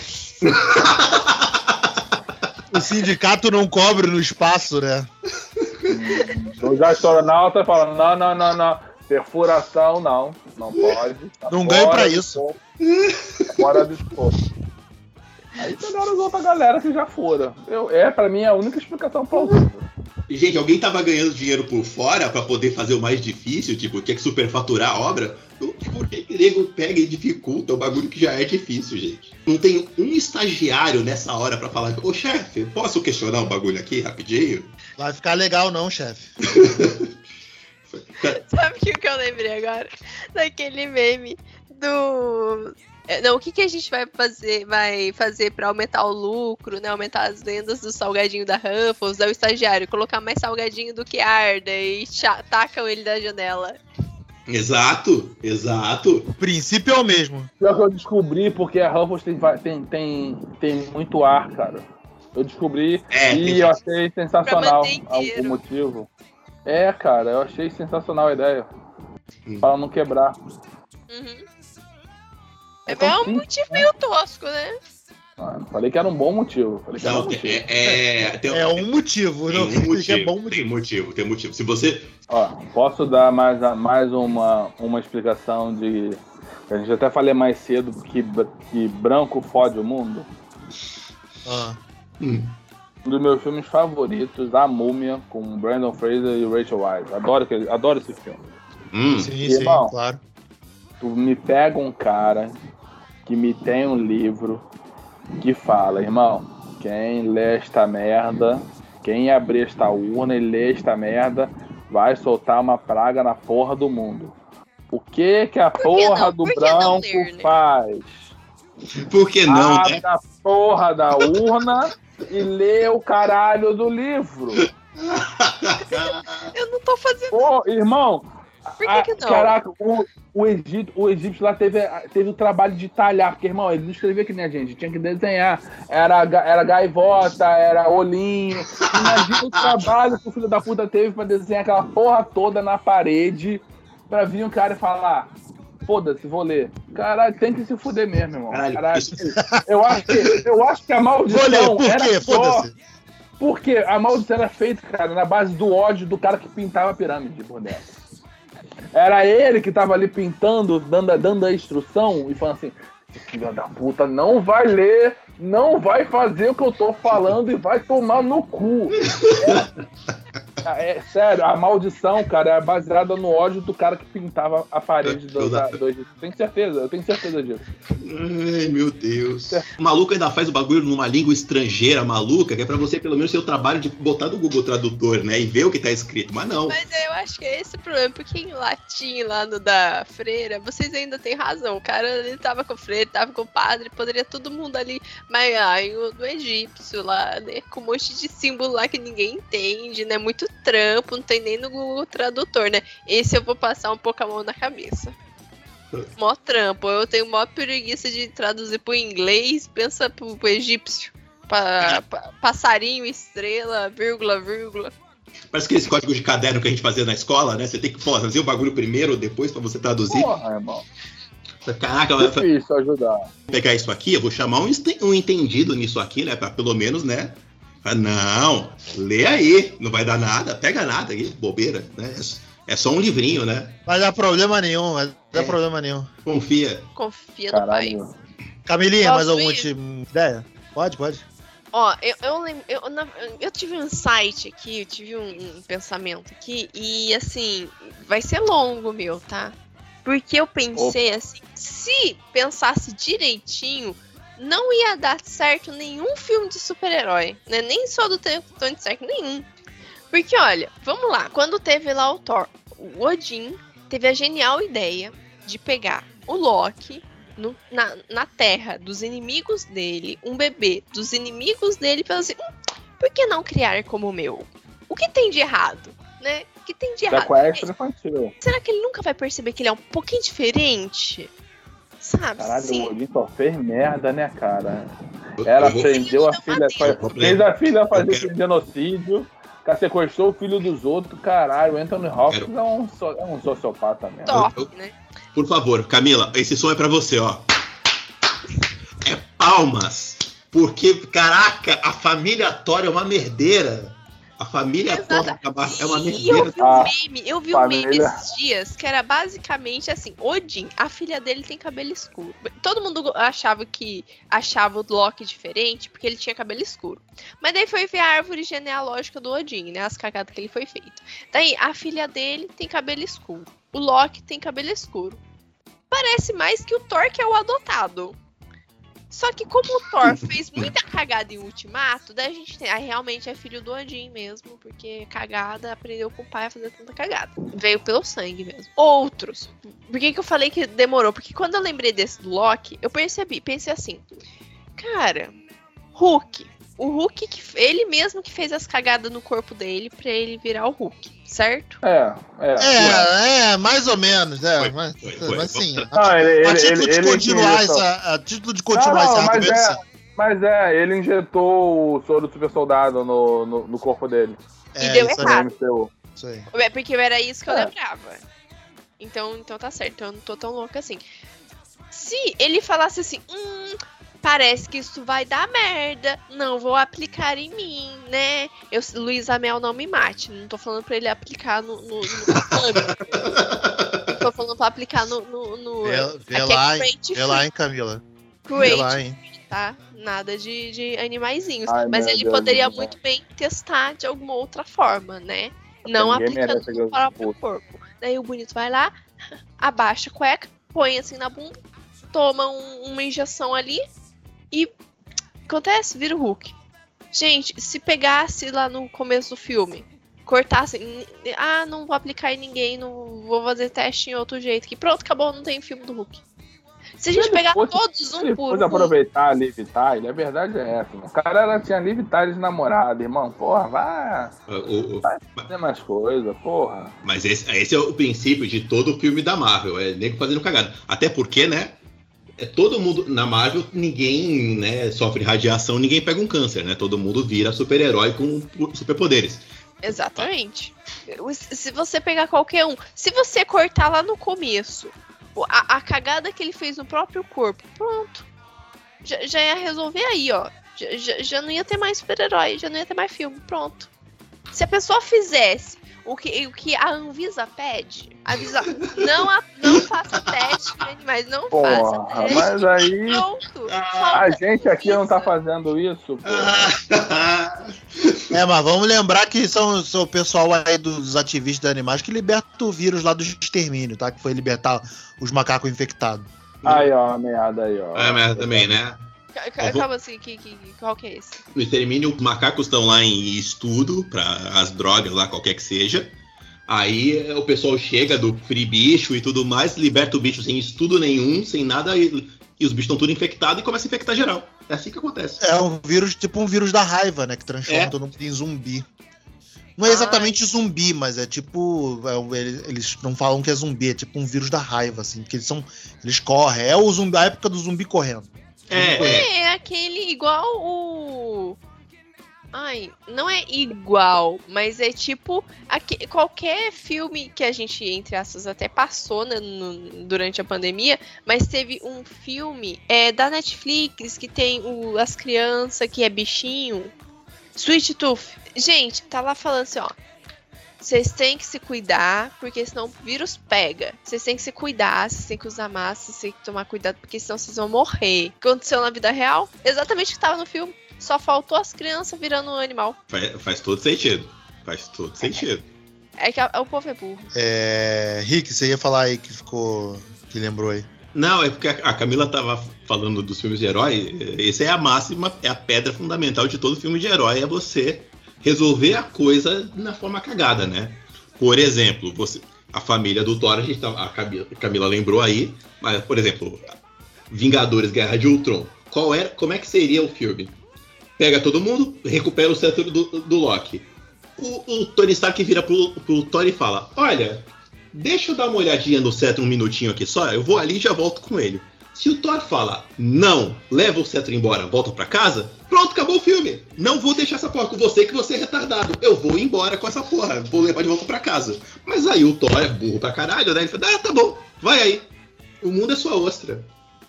o sindicato não cobre no espaço, né? Os astronautas falam, não, não, não, não. Perfuração, não. Não pode. Tá Não ganho fora pra do isso. escopo. Fora do escopo. Aí pegaram as outras galera que já foram. Eu, é, pra mim, a única explicação plausível. Gente, alguém tava ganhando dinheiro por fora pra poder fazer o mais difícil, tipo, tinha que superfaturar a obra? Por que que nego pega e dificulta o bagulho que já é difícil, gente? Não tem um estagiário nessa hora pra falar, ô chefe, posso questionar um bagulho aqui rapidinho? Vai ficar legal não, chefe. Sabe o que que eu lembrei agora? Daquele meme do... É, Não, o que, que a gente vai fazer, vai fazer pra aumentar o lucro, né? Aumentar as vendas do salgadinho da Ruffles, é o estagiário, colocar mais salgadinho do que arda e cha- tacam ele da janela. Exato, exato. O princípio é o mesmo. Pior que eu descobri porque a Ruffles tem, va- tem, tem, tem muito ar, cara. Eu descobri É, e tem- eu achei sensacional Pra manter inteiro. algum motivo. É, cara, eu achei sensacional a ideia. Hum. Pra não quebrar. Uhum. É, Então, é um sim, motivo meio tosco, né? Ah, falei que era um bom motivo. Falei que era um Não, motivo. é, é, tem, É um motivo, tem não um significa motivo, que é bom tem motivo. motivo, tem motivo. Se você... Ó, posso dar mais, a- mais uma, uma explicação de... A gente até falei mais cedo que, br- que branco fode o mundo. Ah. Hum, Um dos meus filmes favoritos, A Múmia, com Brandon Fraser e Rachel Weisz. Adoro, aquele- adoro esse filme. hum. Sim, Irmão. sim, claro. Tu me pega um cara que me tem um livro que fala, irmão, quem lê esta merda, quem abrir esta urna e lê esta merda, vai soltar uma praga na porra do mundo. O que que a que porra não? do Por que não branco ler, né? faz? Por que não, Abre né? a porra da urna e lê o caralho do livro. Eu não tô fazendo. Pô, irmão. Por que a- que não? Caraca, o, o, Egito, o egípcio lá teve, teve o trabalho de talhar, porque, irmão, ele não escrevia que nem a gente, tinha que desenhar. Era, ga- era gaivota, era olhinho. Imagina o trabalho que o filho da puta teve pra desenhar aquela porra toda na parede, pra vir um cara e falar: foda-se, vou ler. Caralho, tem que se fuder mesmo, irmão. Caralho, Caralho, isso- eu, acho que, eu acho que a Vou ler, maldição por era quê? só... Foda-se. Porque a maldição era feita, cara, na base do ódio do cara que pintava a pirâmide por dentro. Era ele que tava ali pintando, dando, dando a instrução e falando assim: filho da puta, não vai ler, não vai fazer o que eu tô falando e vai tomar no cu. É, é, sério, a maldição, cara, é baseada no ódio do cara que pintava a parede do, da, do Egito. Tenho certeza, eu tenho certeza disso. Ai, meu Deus. O maluco ainda faz o bagulho numa língua estrangeira maluca, que é pra você pelo menos ter o trabalho de botar no Google Tradutor, né? E ver o que tá escrito. Mas não. Mas eu acho que é esse o problema, porque em latim lá no da freira, vocês ainda têm razão. O cara ele tava com o freire, tava com o padre, poderia todo mundo ali, mas ai, o do egípcio lá, né? Com um monte de símbolo lá que ninguém entende, né? Muito trampo, não tem nem no Google Tradutor, né? Esse eu vou passar um pouco a mão na cabeça. Mó trampo, eu tenho mó preguiça de traduzir pro inglês, pensa pro, pro egípcio. Pa, pa, passarinho, estrela, vírgula, vírgula. Parece que esse código de caderno que a gente fazia na escola, né? Você tem que pô, fazer o bagulho primeiro ou depois pra você traduzir. Porra, irmão. Caraca, vai Difícil ajudar. pegar isso aqui, eu vou chamar um, este- um entendido nisso aqui, né? Pra pelo menos, né? Ah, não, lê aí, não vai dar nada, pega nada aí, bobeira, né? É só um livrinho, né? Vai dar problema nenhum, vai dar É. problema nenhum. Confia. Confia no pai. Caralho. Camilinha, Posso mais alguma ir? última ideia? Pode, pode. Ó, eu, eu, lem- eu, na- eu tive um insight aqui, eu tive um, um pensamento aqui, e assim, vai ser longo meu, tá? Porque eu pensei assim, se pensasse direitinho, não ia dar certo nenhum filme de super-herói, né? Nem só do Tony Stark, nenhum. Porque, olha, vamos lá, quando teve lá o Thor, o Odin teve a genial ideia de pegar o Loki no- na, na terra dos inimigos dele, um bebê dos inimigos dele, e falou assim, hum, por que não criar como o meu? O que tem de errado, né? O que tem de errado? Sequestro infantil. Será que ele nunca vai perceber que ele é um pouquinho diferente? Sabe? Caralho, Sim. o Odin só fez merda, né, cara? Ela Eu vou- prendeu a filha, Eu vou- fez a filha fazer eu quero- esse genocídio, cara, sequestrou o filho dos outros, caralho. O Anthony Hopkins quero- é, um, so- é um sociopata mesmo. Top, né? Por favor, Camila, esse som é pra você, ó. É palmas. Porque, caraca, a família Thor é uma merdeira. A família Thor Exato. é uma E eu merdeira. vi um Ah, meme, eu vi um meme família. esses dias que era basicamente assim, Odin, a filha dele tem cabelo escuro. Todo mundo achava que achava o Loki diferente porque ele tinha cabelo escuro. Mas daí foi ver a árvore genealógica do Odin, né? As cagadas que ele foi feito. Daí a filha dele tem cabelo escuro. O Loki tem cabelo escuro. Parece mais que o Thor que é o adotado. Só que como o Thor fez muita cagada em Ultimato, daí a gente tem. Aí realmente é filho do Odin mesmo, porque cagada aprendeu com o pai a fazer tanta cagada. Veio pelo sangue mesmo. Outros. Por que, que eu falei que demorou? Porque quando eu lembrei desse do Loki, eu percebi, pensei assim, cara, Hulk. O Hulk, que, ele mesmo que fez as cagadas no corpo dele pra ele virar o Hulk, certo? É, é. É, é, mais ou menos, né? Foi, mas, foi, foi. mas sim. Vamos Não, ele, A ele, título ele, de ele continuar injetou- essa, a título de continuar Não, não, esse mas argumento, é- sim. Mas é, ele injetou o soro do super soldado no, no, no corpo dele. E deu isso aí, errado. M C U. isso aí. É porque era isso que eu É. lembrava. Então, então tá certo, eu não tô tão louca assim. Se ele falasse assim, hum, parece que isso vai dar merda, não vou aplicar em mim, né? Eu, Luiz Amel, não me mate. Não tô falando pra ele aplicar no. no, no tô falando pra aplicar no. no, no Vê, vê aqui é lá, cruelty vê lá, hein, Camila. free, Vê cruelty lá, hein. tá? Nada de, de animaizinhos. Ai, Mas meu ele Deus poderia do céu. muito bem testar de alguma outra forma, né? Não Ninguém aplicando merece no aquele próprio puto. corpo. Daí o bonito vai lá, abaixa a cueca, põe assim na bunda, toma um- uma injeção ali e acontece, vira o Hulk. Gente, se pegasse lá no começo do filme, cortasse, n- ah, não vou aplicar em ninguém, não vou fazer teste em outro jeito, que pronto, acabou, não tem filme do Hulk. Se a gente ele pegar fosse- todos Se um ele por fosse um. aproveitar a Liv Tyler, a verdade é essa, mano. O cara ela tinha Liv Tyler de namorada, irmão. Porra, vai O- o- fazer mais coisa, porra. mas esse, esse é o princípio de todo filme da Marvel, é nego fazendo cagada. Até porque, né? É todo mundo na Marvel, ninguém, né, sofre radiação, ninguém pega um câncer, né? Todo mundo vira super-herói com superpoderes. Exatamente. Se você pegar qualquer um, se você cortar lá no começo a, a cagada que ele fez no próprio corpo, pronto. Já, já ia resolver aí, ó. Já, já, já não ia ter mais super-herói, já não ia ter mais filme, pronto. Se a pessoa fizesse o que, o que a Anvisa pede, avisa, não, a, não faça teste em animais, não faça Porra, teste. mas aí Pronto. a gente aqui não tá fazendo isso, pô. É, mas vamos lembrar que são, são o pessoal aí dos ativistas de animais que liberta o vírus lá do extermínio, tá? Que foi libertar os macacos infectados. Aí, ó, a meada aí, ó. É, mas também, né? Ca- ca- Calma assim, que, que, qual que é esse? No extermínio, os macacos estão lá em estudo para as drogas lá, qualquer que seja. Aí eh, o pessoal chega do free bicho e tudo mais, liberta o bicho sem estudo nenhum, sem nada, e, e os bichos estão tudo infectados e começa a infectar geral. É assim que acontece. É um vírus, tipo um vírus da raiva, né? Que transforma É. todo mundo em zumbi. Não é exatamente zumbi, mas é tipo. é um- eles, eles não falam que é zumbi, é tipo um vírus da raiva, assim. Porque eles são. Eles correm. É o zumbi, a época do zumbi correndo. É, é. É aquele igual o. Ai, não é igual, mas é tipo aque- qualquer filme que a gente, entre aspas, até passou, né, no- durante a pandemia, mas teve um filme é, da Netflix que tem o- as crianças que é bichinho. Sweet Tooth. Gente, tá lá falando assim, ó. Vocês têm que se cuidar, porque senão o vírus pega. Vocês têm que se cuidar, vocês têm que usar máscara, vocês têm que tomar cuidado, porque senão vocês vão morrer. O que aconteceu na vida real? Exatamente o que tava no filme. Só faltou as crianças virando um animal. Faz, faz todo sentido. Faz todo sentido. É que a- o povo é burro. É. Rick, você ia falar aí que ficou. Que lembrou aí. Não, é porque a a Camila tava falando dos filmes de herói. Essa é a máxima, é a pedra fundamental de todo filme de herói, é você resolver a coisa na forma cagada, né? Por exemplo, você, a família do Thor, a, gente tá, a Camila, a Camila lembrou aí, mas, por exemplo, Vingadores Guerra de Ultron. Qual era, como é que seria o filme? Pega todo mundo, recupera o cetro do, do Loki. O, o Tony Stark vira pro, pro Thor e fala: olha, deixa eu dar uma olhadinha no cetro um minutinho aqui só, eu vou ali e já volto com ele. Se o Thor fala, não, leva o cetro embora, volta pra casa, pronto, acabou o filme. Não vou deixar essa porra com você, que você é retardado. Eu vou embora com essa porra, vou levar de volta pra casa. Mas aí o Thor é burro pra caralho, né? Ele fala, ah, tá bom, vai aí. O mundo é sua ostra.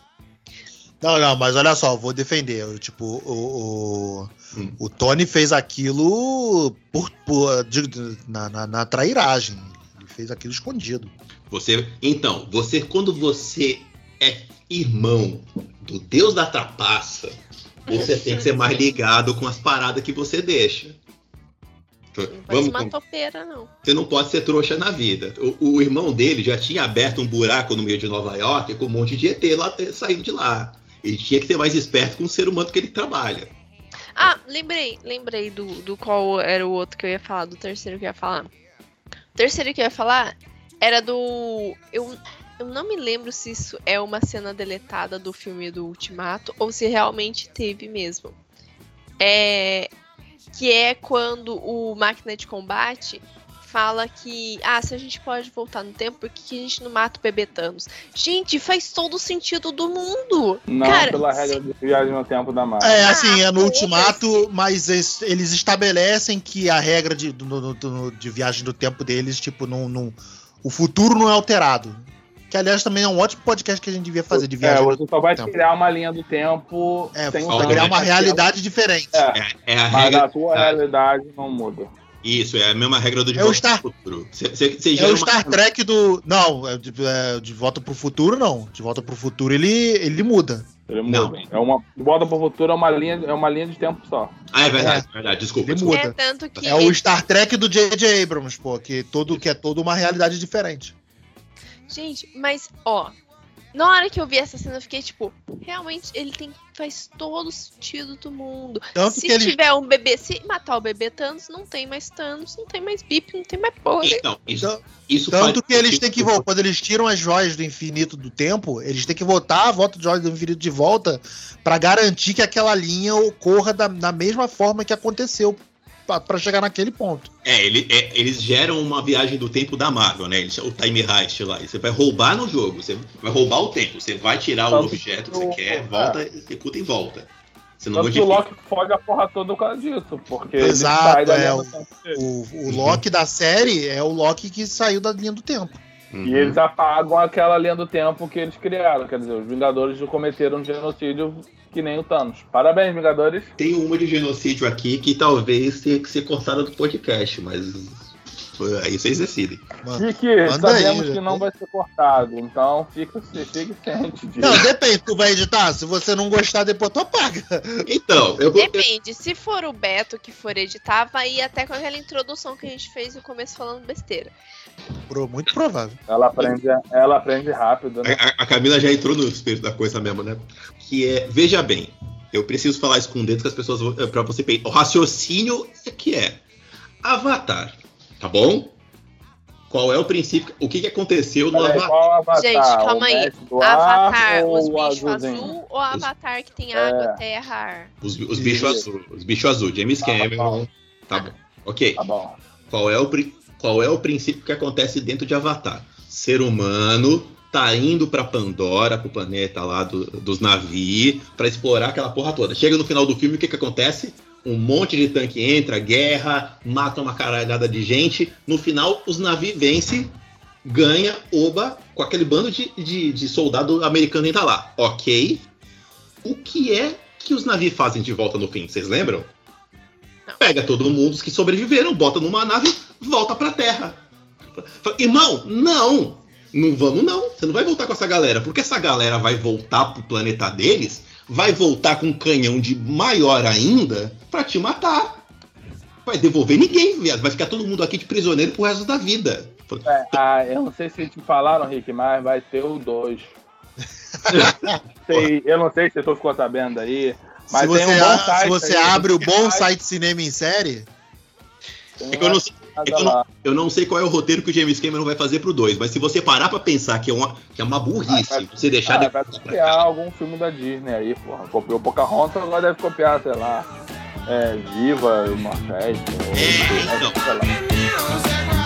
Não, não, mas olha só, eu vou defender. Eu, tipo, o, o, Hum. o Tony fez aquilo por, por- de- de- na, na, na trairagem. Ele fez aquilo escondido. Você, então, você quando você é irmão do Deus da trapaça, você tem que ser mais ligado com as paradas que você deixa. Não faz Vamos, uma com- topeira, não. você não pode ser trouxa na vida. O, o irmão dele já tinha aberto um buraco no meio de Nova York com um monte de E T lá eh, saindo de lá. Ele tinha que ser mais esperto com o ser humano que ele trabalha. Ah, lembrei, lembrei do, do qual era o outro que eu ia falar, do terceiro que eu ia falar. O terceiro que eu ia falar era do. Eu, eu não me lembro se isso é uma cena deletada do filme do Ultimato ou se realmente teve mesmo. É. Que é quando o Máquina de Combate fala que, ah, se a gente pode voltar no tempo, por que que a gente não mata o bebê Thanos? Gente, faz todo o sentido do mundo. Não Cara, pela se- regra de viagem no tempo da Marvel. É, assim, é no Ah, ultimato, mas eles, eles estabelecem que a regra de, do- do- do- de viagem do tempo deles, tipo, não, não, o futuro não é alterado. Que, aliás, também é um ótimo podcast que a gente devia fazer de É, viagem você do só vai tempo. criar uma linha do tempo É, sem só pra o criar uma tempo. realidade diferente. É, É, é a mas regra. a tua Ah, realidade não muda. Isso, é a mesma regra do De É o Volta Star- pro Futuro. Você, você, você É gera o uma- Star Trek do... Não, é de, é, de Volta pro Futuro, não. De Volta pro Futuro, ele, ele muda. Ele Não. muda. É uma, de volta pro futuro é uma linha, é uma linha de tempo só. Ah, é verdade, é verdade. Desculpa, Ele desculpa. muda. É tanto que. É o Star Trek do J J Abrams, pô, que, todo, que é toda uma realidade diferente. Gente, mas, ó. Na hora que eu vi essa cena, eu fiquei tipo, realmente, ele tem, faz todo o sentido do mundo. Tanto se que ele- tiver um bebê, se matar o bebê Thanos, não tem mais Thanos, não tem mais Bip, não tem mais porra. Então, isso, Então, isso Tanto faz- que eles têm que voltar, quando eles tiram as joias do infinito do tempo, eles têm que voltar a volta de joias do infinito de volta pra garantir que aquela linha ocorra da, da mesma forma que aconteceu pra, pra chegar naquele ponto. É, ele- é, eles geram uma viagem do tempo da Marvel, né? Eles- o time heist lá. E você vai roubar no jogo, você vai roubar o tempo. Você vai tirar o Tanto objeto que que você o- quer, volta, executa e volta. Você não Tanto que o modifica. Loki fode a porra toda por causa disso, porque Exato, ele sai da é, linha o- do tempo dele. O, o Loki da série é o Loki que saiu da linha do tempo. Uhum. E eles apagam aquela linha do tempo que eles criaram. Quer dizer, os Vingadores cometeram um genocídio que nem o Thanos. Parabéns, Vingadores. Tem uma de genocídio aqui que talvez tenha que ser cortada do podcast, mas aí vocês decidem. Mano. Fique, Manda sabemos aí, que já não tô- vai ser cortado. Então, fica, fique ciente disso. Não, depende, tu vai editar. Se você não gostar, depois tu apaga. Então, eu vou. Depende, se for o Beto que for editar, vai ir até com aquela introdução que a gente fez no começo falando besteira. Pro- Muito provável. Ela aprende, ela aprende rápido, né? A, a Camila já entrou no espírito da coisa mesmo, né? Que é, veja bem, eu preciso falar isso com dedos que as pessoas vão. Pra você pensar. O raciocínio é que é Avatar, tá bom? Qual é o princípio? O que, que aconteceu no Peraí, Avatar? qual Avatar? Gente, calma O aí. mestre do ar Avatar, ou os o bichos azulzinho? azul ou Avatar que tem água, É. terra, ar? Os, os bichos azul. Os bichos azul. James Tá Cameron. Tá bom. Ok. Tá bom. Qual é, o, pri- qual é o princípio que acontece dentro de Avatar? Ser humano tá indo pra Pandora, pro planeta lá do- dos navios, pra explorar aquela porra toda. Chega no final do filme, o que que acontece? Um monte de tanque entra, guerra, mata uma caralhada de gente. No final, os navios vencem, ganha, oba, com aquele bando de, de, de soldado americano ainda lá. Ok. O que é que os navios fazem de volta no fim? Vocês lembram? Não. Pega todo mundo os que sobreviveram, bota numa nave, volta pra Terra. Fala, irmão, não! Não vamos não. Você não vai voltar com essa galera, porque essa galera vai voltar pro planeta deles, vai voltar com um canhão de maior ainda pra te matar. Vai devolver ninguém, viado. Vai ficar todo mundo aqui de prisioneiro pro resto da vida. É, ah, eu não sei se te falaram, Rick, mas vai ter o dois. Sei- eu não sei se tu ficou sabendo aí, mas se tem você, um bom a- site se você aí, abre o bom faz- site Cinema em Série, tem É que eu não sei- uma é que eu parada lá. Eu não sei qual é o roteiro que o James Cameron vai fazer pro dois, mas se você parar pra pensar que é uma, que é uma burrice, Ah, vai- você deixar... Ah, de- vai copiar algum filme da Disney aí, porra. Copiou Pocahontas, agora deve copiar, sei lá, é, Viva, uma festa. ou- É, então. sei lá.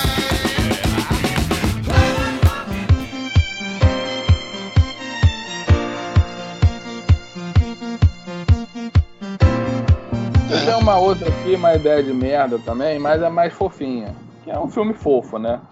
Eu tenho uma outra aqui, uma ideia de merda também, mas é mais fofinha. Que é um filme fofo, né?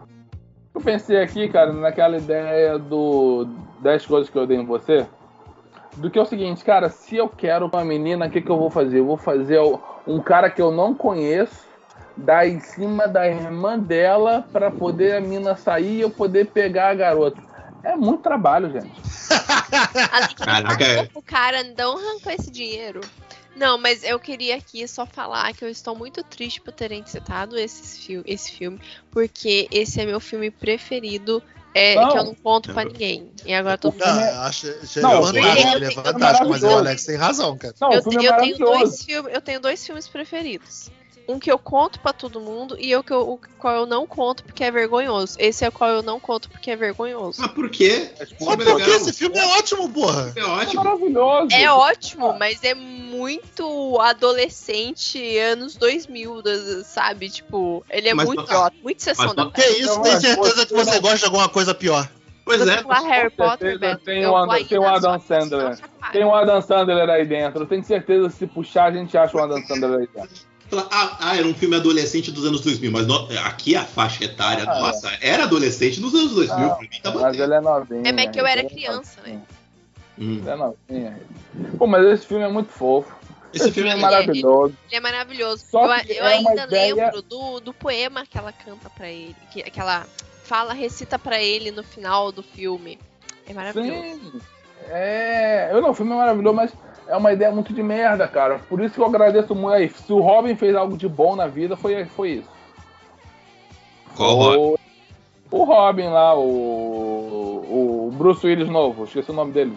Eu pensei aqui, cara, naquela ideia do dez coisas que eu dei em você. Do que é o seguinte, cara, se eu quero uma menina, o que, que eu vou fazer? Eu vou fazer um cara que eu não conheço, dar em cima da irmã dela pra poder a mina sair e eu poder pegar a garota. É muito trabalho, gente. Ali que Caraca, é. o cara não arrancou esse dinheiro. Não, mas eu queria aqui só falar que eu estou muito triste por terem citado esse, fi- esse filme, porque esse é meu filme preferido, é, Não. que eu não conto pra ninguém. E agora todo mundo. não, é- acho, acho Não, ele é o fantástico, filme- ele é é fantástico, mas o maravilhoso. Alex tem razão, cara. Não, Eu, o filme eu é tenho maravilhoso. dois filmes, eu tenho dois filmes preferidos. Um que eu conto pra todo mundo e o que eu, o qual eu não conto porque é vergonhoso. Esse é o qual eu não conto porque é vergonhoso. Mas por quê? Mas Esse Mas filme é por que legal. esse filme é ótimo, porra? É É ótimo. maravilhoso. É ótimo, mas é muito adolescente, anos dois mil, das- sabe? Tipo, ele é Mas muito não- idiota, muito sessão mas da não- Que tarde. isso? Não, Tem mas certeza que você você não- gosta de alguma coisa pior? Pois Você é. falar Harry Com Potter, certeza Beto, tem eu o Adam- vou aí tem o na Adam sua- Sandler. na sua cara. Tem o Adam Sandler aí dentro. Eu tenho certeza que se puxar, a gente acha o Adam Sandler aí dentro. Fala, Ah, ah, era um filme adolescente dos anos dois mil, mas no- aqui a faixa etária, Ah, nossa, era adolescente nos anos dois mil, Ah, pra mim tá Mas batendo. ele é novinho. É, mas que eu ele era é criança, novinho. né? Hum. Ele é novinho. Pô, mas esse filme é muito fofo. Esse filme é é maravilhoso. Ele é maravilhoso. Só Eu, que eu é uma ainda ideia- lembro do, do poema que ela canta pra ele, que, que ela fala, recita pra ele no final do filme. É maravilhoso. Sim. É. Eu não, o filme é maravilhoso, mas é uma ideia muito de merda, cara. Por isso que eu agradeço muito. Aí, se o Robin fez algo de bom na vida, foi, foi isso. Qual Robin? O, o Robin lá, o, o Bruce Willis novo, esqueci o nome dele.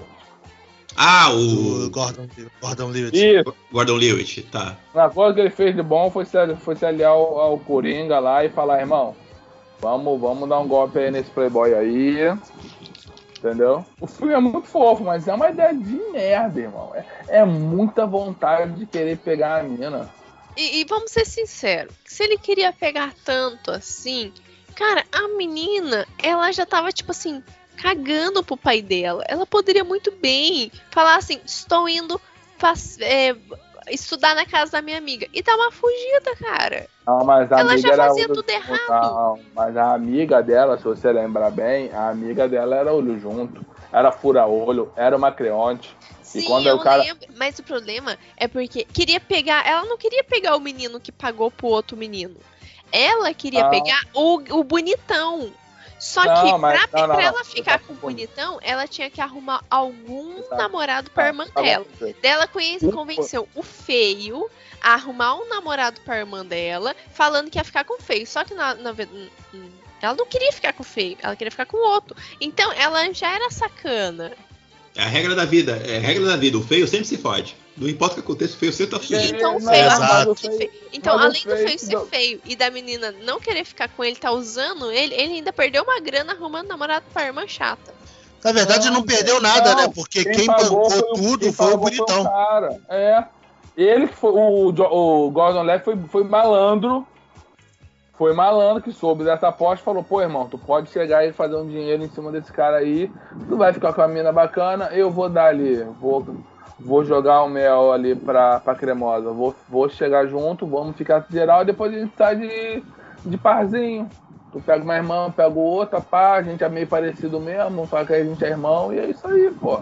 Ah, O o Gordon, Gordon Levitt. Isso. Gordon Levitt, tá. A coisa que ele fez de bom foi se, foi se aliar ao, ao Coringa lá e falar, irmão, vamos, vamos dar um golpe aí nesse playboy aí. Entendeu? O filme é muito fofo, mas é uma ideia de merda, irmão. É, é muita vontade de querer pegar a mina. E, e vamos ser sinceros, se ele queria pegar tanto assim, cara, a menina, ela já tava tipo assim, cagando pro pai dela. Ela poderia muito bem falar assim, estou indo faz, é, estudar na casa da minha amiga. E dar uma fugida, cara. Não, mas a Ela amiga já era fazia olho- tudo errado. Não, mas a amiga dela, se você lembrar bem, a amiga dela era olho junto, era fura-olho, era uma creonte. Sim, quando eu o cara- lembro. Mas o problema é porque queria pegar. Ela não queria pegar o menino que pagou pro outro menino. Ela queria Não. pegar o, o bonitão. Só Não, que mas- pra, não, não, pra não. ela ficar Você tá com o confundindo. bonitão, ela tinha que arrumar algum Você tá- namorado pra irmã Tá bom, dela. você. Daí ela conhece, Ufa. convenceu o feio a arrumar um namorado pra irmã dela, falando que ia ficar com o feio. Só que na, na ve- hum, ela não queria ficar com o feio, ela queria ficar com o outro. Então ela já era sacana. É a regra da vida, é a regra da vida. O feio sempre se fode. Não importa o que aconteça, o feio sempre tá fugindo. Então o Não, feio, exato. além mas o de feio- feio- então, mas o além do feio feio ser não- feio e da menina não querer ficar com ele, tá usando ele, ele ainda perdeu uma grana arrumando namorado pra irmã chata. Na verdade, não, Não, perdeu nada, não. né? Porque quem, Quem pagou bancou foi o- tudo quem foi o pagou bonitão. cara. É. Ele que foi. O, Jo- o Gordon Levitt foi, foi malandro. Foi malandro que soube dessa aposta e falou: pô, irmão, tu pode chegar e fazer um dinheiro em cima desse cara aí. Tu vai ficar com a mina bacana. Eu vou dar ali. Vou, vou jogar o mel ali pra, pra cremosa. Vou, vou chegar junto, vamos ficar geral. E depois a gente sai de, de parzinho. Tu pega uma irmã, pega outra, pá. A gente é meio parecido mesmo. Fala que a gente é irmão. E é isso aí, pô.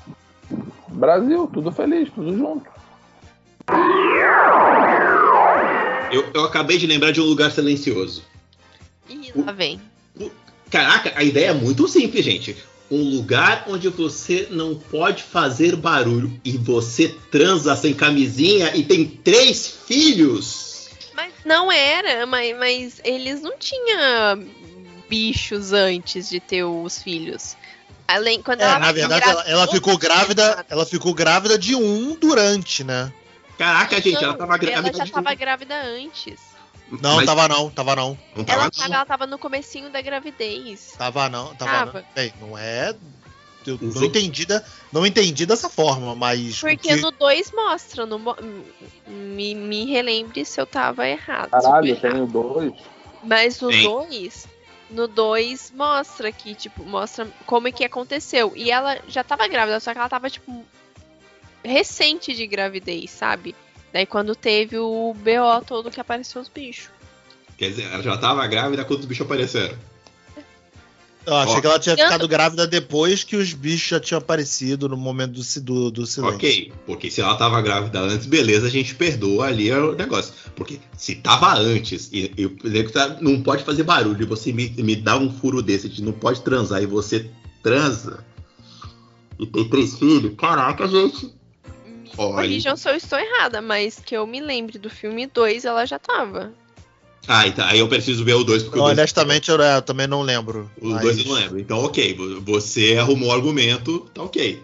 Brasil, tudo feliz, tudo junto. Eu, eu acabei de lembrar de um lugar silencioso. Ih, lá vem. Caraca, a ideia é muito simples, gente. Um lugar onde você não pode fazer barulho e você transa sem camisinha e tem três filhos. Mas não era, mas, mas eles não tinham bichos antes de ter os filhos. Além, quando É, ela na verdade, ela, ela ficou grávida, ela ficou grávida de um durante, né? Caraca, gente, ela Não, tava grávida. Ela já de- tava grávida antes. Não, Mas tava não, tava não. não tava, Ela não. tava, ela tava no comecinho da gravidez. Tava não, tava, Tava. não. Bem, não é. Eu Os não outros- entendi, da, não entendi dessa forma, mas. o Porque que- no dois mostra. No, mo- me, me relembre se eu tava errado. se eu tô Caralho, eu errado. tenho dois. Mas no Tem. dois, no dois mostra que, tipo, mostra como é que aconteceu. E ela já tava grávida, só que ela tava, tipo, recente de gravidez, sabe? Daí quando teve o B O todo que apareceu os bichos. Quer dizer, ela já tava grávida quando os bichos apareceram. Eu achei Ó. que ela tinha Tanto- ficado grávida depois que os bichos já tinham aparecido no momento do, si- do, do silêncio. Ok, porque se ela tava grávida antes, beleza, a gente perdoa ali o negócio. Porque se tava antes, e, e o nego tá- não pode fazer barulho, e você me, me dá um furo desse, de não pode transar, e você transa, e tem três filhos, caraca, gente. Me Olha. corrijam se eu estou errada, mas que eu me lembre do filme dois, ela já tava. Ah, então, aí eu preciso ver o dois, porque o dois- Honestamente, eu, eu também não lembro. os mas- dois eu não lembro. Então, ok, vo- você arrumou o argumento, tá ok.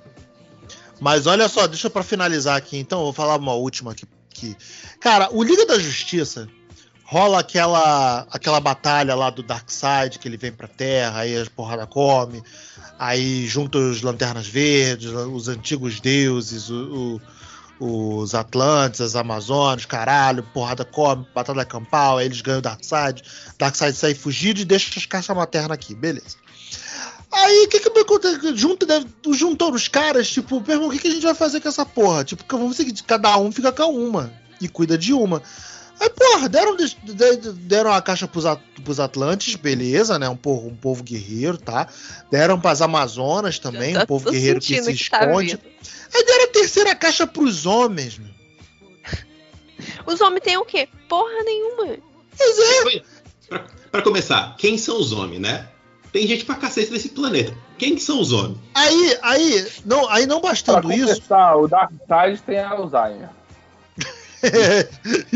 Mas olha só, deixa eu pra finalizar aqui, então, eu vou falar uma última aqui. Que... Cara, o Liga da Justiça rola aquela, aquela batalha lá do Darkseid, que ele vem pra Terra, aí as porrada come, aí junta os Lanternas Verdes, os antigos deuses, o, o- os Atlantes, as Amazonas, caralho, porrada come, batalha campal, aí eles ganham o Darkseid, Darkseid sai fugido e deixa as caixas maternas aqui, beleza. Aí, o que que acontece? Junta, deve- juntou os caras, tipo, meu irmão, o que, que a gente vai fazer com essa porra? Tipo, que vamos seguir, cada um fica com uma e cuida de uma. Aí, porra, deram, de- de- deram a caixa pros, At- pros Atlantes, beleza, né? Um povo, um povo guerreiro, tá? Deram pras Amazonas também, Já um povo tô guerreiro que sentindo se que tá esconde. vindo. Aí deram a terceira caixa pros homens, meu. Os homens têm o quê? Porra nenhuma. Pois é, Pra, pra começar, quem são os homens, né? Tem gente pra cacete nesse planeta. Quem que são os homens? aí, aí, não, aí não Pra bastando isso, começar, o Darkseid tem Alzheimer.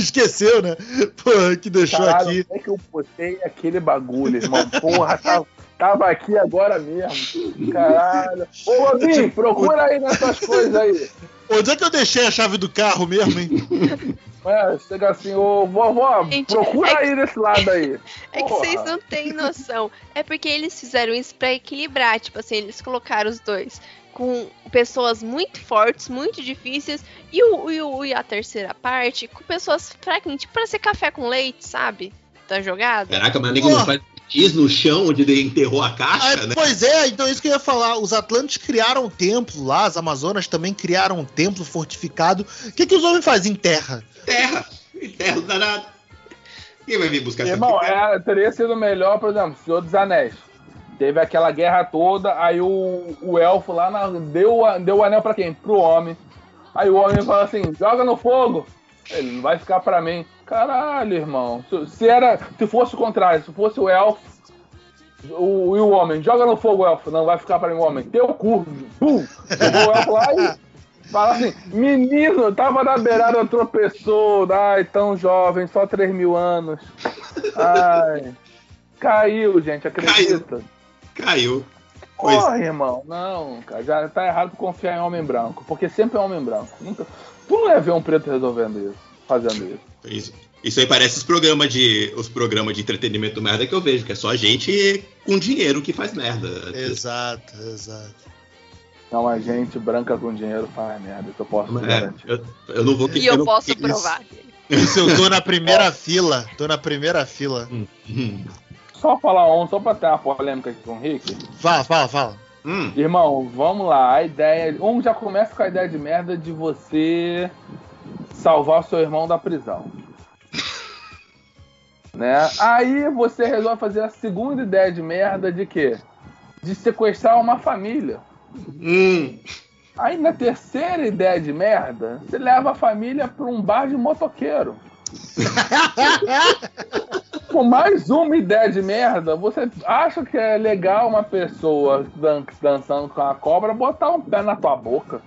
esqueceu, né? Porra, que deixou Caralho, aqui. como é que eu botei aquele bagulho, irmão? Porra, tá, Tava aqui agora mesmo. Caralho. Ô, Lobinho, procura aí nessas coisas aí. Onde é que eu deixei a chave do carro mesmo, hein? É, chega assim, ô vovó, Gente, procura é que- aí desse lado aí. É que Porra. vocês não têm noção. É porque eles fizeram isso pra equilibrar. Tipo assim, eles colocaram os dois com pessoas muito fortes, muito difíceis. E, o, e, o, e a terceira parte com pessoas fraquinhas. Tipo pra ser café com leite, sabe? Da jogada. Caraca, mas nego não faz diz no chão onde ele enterrou a caixa, Ah, né? pois é, então isso que eu ia falar. Os Atlantes criaram um templo lá, as Amazonas também criaram um templo fortificado. O que, que os homens fazem em terra? Terra. Terra danada. Quem vai vir buscar essa Irmão, terra? é, teria sido melhor, por exemplo, Senhor dos Anéis. Teve aquela guerra toda, aí o, o elfo lá na- deu, a- deu o anel pra quem? Pro homem. Aí o homem fala assim, joga no fogo. Ele não vai ficar pra mim. Caralho, irmão. Se, se era, se fosse o contrário, se fosse o elfo o, e o homem, joga no fogo, elfo. Não vai ficar pra mim o homem. Teu cu. Pum. Jogou o elfo lá e fala assim, menino, tava na beirada, tropeçou. Ai, tão jovem, só três mil anos. Ai. Caiu, gente, acredita? Caiu. Pois. Porra, irmão, não, cara, já tá errado confiar em homem branco, porque sempre é homem branco. Nunca... Tu não ia ver um preto resolvendo isso, fazendo isso. Isso, isso aí parece os programas de os programas de entretenimento merda que eu vejo, que é só gente com dinheiro que faz merda. Exato, exato. Não, a gente branca com dinheiro faz merda, isso eu posso te É, garantir. eu, eu não vou E eu não- posso isso- provar. Isso, eu tô na primeira fila. Tô na primeira fila. Hum, Só falar um, só pra ter uma polêmica aqui com o Rick. Fala, fala, fala. hum. Irmão, vamos lá, a ideia. Um já começa com a ideia de merda de você salvar o seu irmão da prisão. Né? Aí você resolve fazer a segunda ideia de merda de quê? De sequestrar uma família. Hum. Aí na terceira ideia de merda, você leva a família pra um bar de motoqueiro. Com mais uma ideia de merda, você acha que é legal uma pessoa dan- dançando com a cobra botar um pé na tua boca?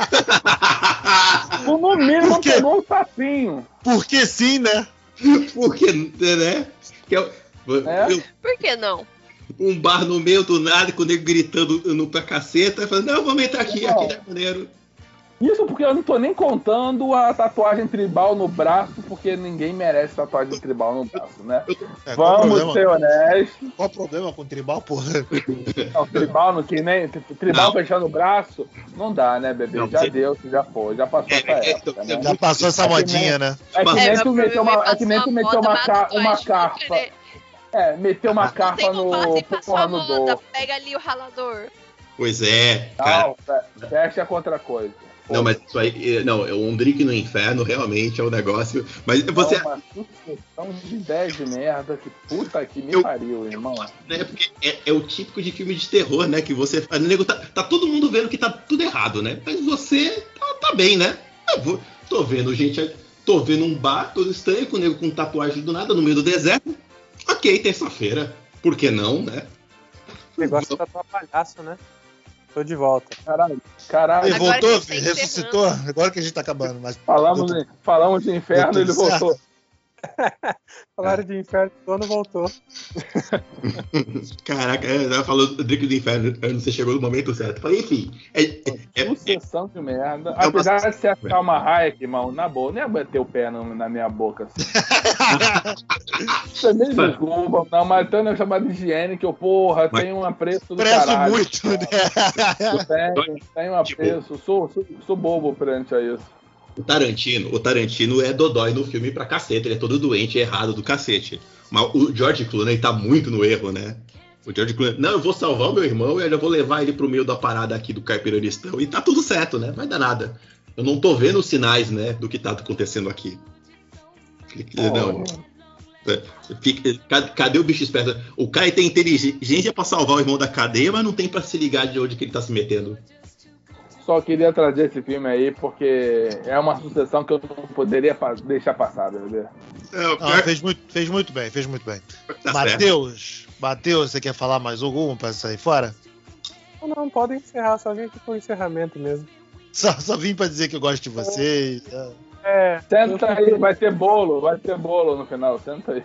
Ou no mínimo Por quê? pegou um sapinho. Porque sim, né? Porque, né? Que eu, É? eu- Por que não? um bar no meio do nada, com o nego gritando no pra caceta, falando, não, vamos entrar aqui, Não. aqui é maneiro. Isso porque eu não tô nem contando a tatuagem tribal no braço, porque ninguém merece tatuagem tribal no braço, né? É, qual o Vamos problema? ser honestos. Qual o problema com tribal, porra? Não, tribal, não, que nem, tribal Não. fechando o braço, não dá, né, bebê? Não, já você- deu, já foi, já passou É, essa é, época, é, né? Já passou essa É que modinha, nem- né? É que É, nem mas tu meteu uma, é que nem tu passou a meteu uma, moda, ca- matou a uma gente, carpa. querer- É, meteu uma Não tem carpa como falar no assim, passou porra a no moda, dor. pega ali o ralador. Pois é, cara. Não, fe- fecha com outra coisa. Não, mas isso aí, não, um drink no inferno realmente é um negócio. Mas você, É uma sucessão de ideias de merda que puta que me Eu- pariu, irmão. né, porque é, é o típico de filme de terror, né? Que você faz. Nego, tá, tá todo mundo vendo que tá tudo errado, né? Mas você tá, tá bem, né? Eu vou, tô vendo gente. Tô vendo um bar todo estranho, com o nego com tatuagem do nada no meio do deserto. Ok, terça-feira. Por que não, né? O negócio tá tua palhaço, né? Tô de volta. Caralho, caralho. Ele Agora voltou, que tá ressuscitou. Agora que a gente tá acabando. Mas Falamos, em, falamos de inferno, Deu ele tudo certo. voltou. Falaram de inferno, o dono voltou. Caraca, é, ela falou do drink do inferno. eu Não sei, chegou no momento certo. Falei, enfim. É, é, é, Sucessão de merda. É uma- Apesar de ser a uma Hayek, irmão, na boa, nem ia bater o pé no- na minha boca assim. Você me desculpa, não, mas tem uma chamada de higiene que eu, porra, Mas- tem um apreço do prezo caralho. muito, né? Tem, tem um apreço, sou, sou, sou bobo perante a isso. O Tarantino, o Tarantino é dodói no filme pra cacete, ele é todo doente e errado do cacete. Mas o George Clooney tá muito no erro, né? O George Clooney, não, eu vou salvar o meu irmão e eu já vou levar ele pro meio da parada aqui do Carpiranistão e tá tudo certo, né? Vai dar nada. Eu não tô vendo os sinais, né, do que tá acontecendo aqui. Não. Fica- ca- Cadê o bicho esperto? O cara tem inteligência pra salvar o irmão da cadeia, mas não tem pra se ligar de onde que ele tá se metendo. Só queria trazer esse filme aí porque é uma sucessão que eu não poderia pa- deixar passar, bebê. É, o Não, pior- fez, muito, fez muito bem, fez muito bem. tá certo. Matheus, Matheus, você quer falar mais algum pra sair fora? Não, não, podem encerrar, só vim aqui pro encerramento mesmo. Só, só vim pra dizer que eu gosto de vocês. tá? É. Senta aí, vai ter bolo, vai ter bolo no final, senta aí.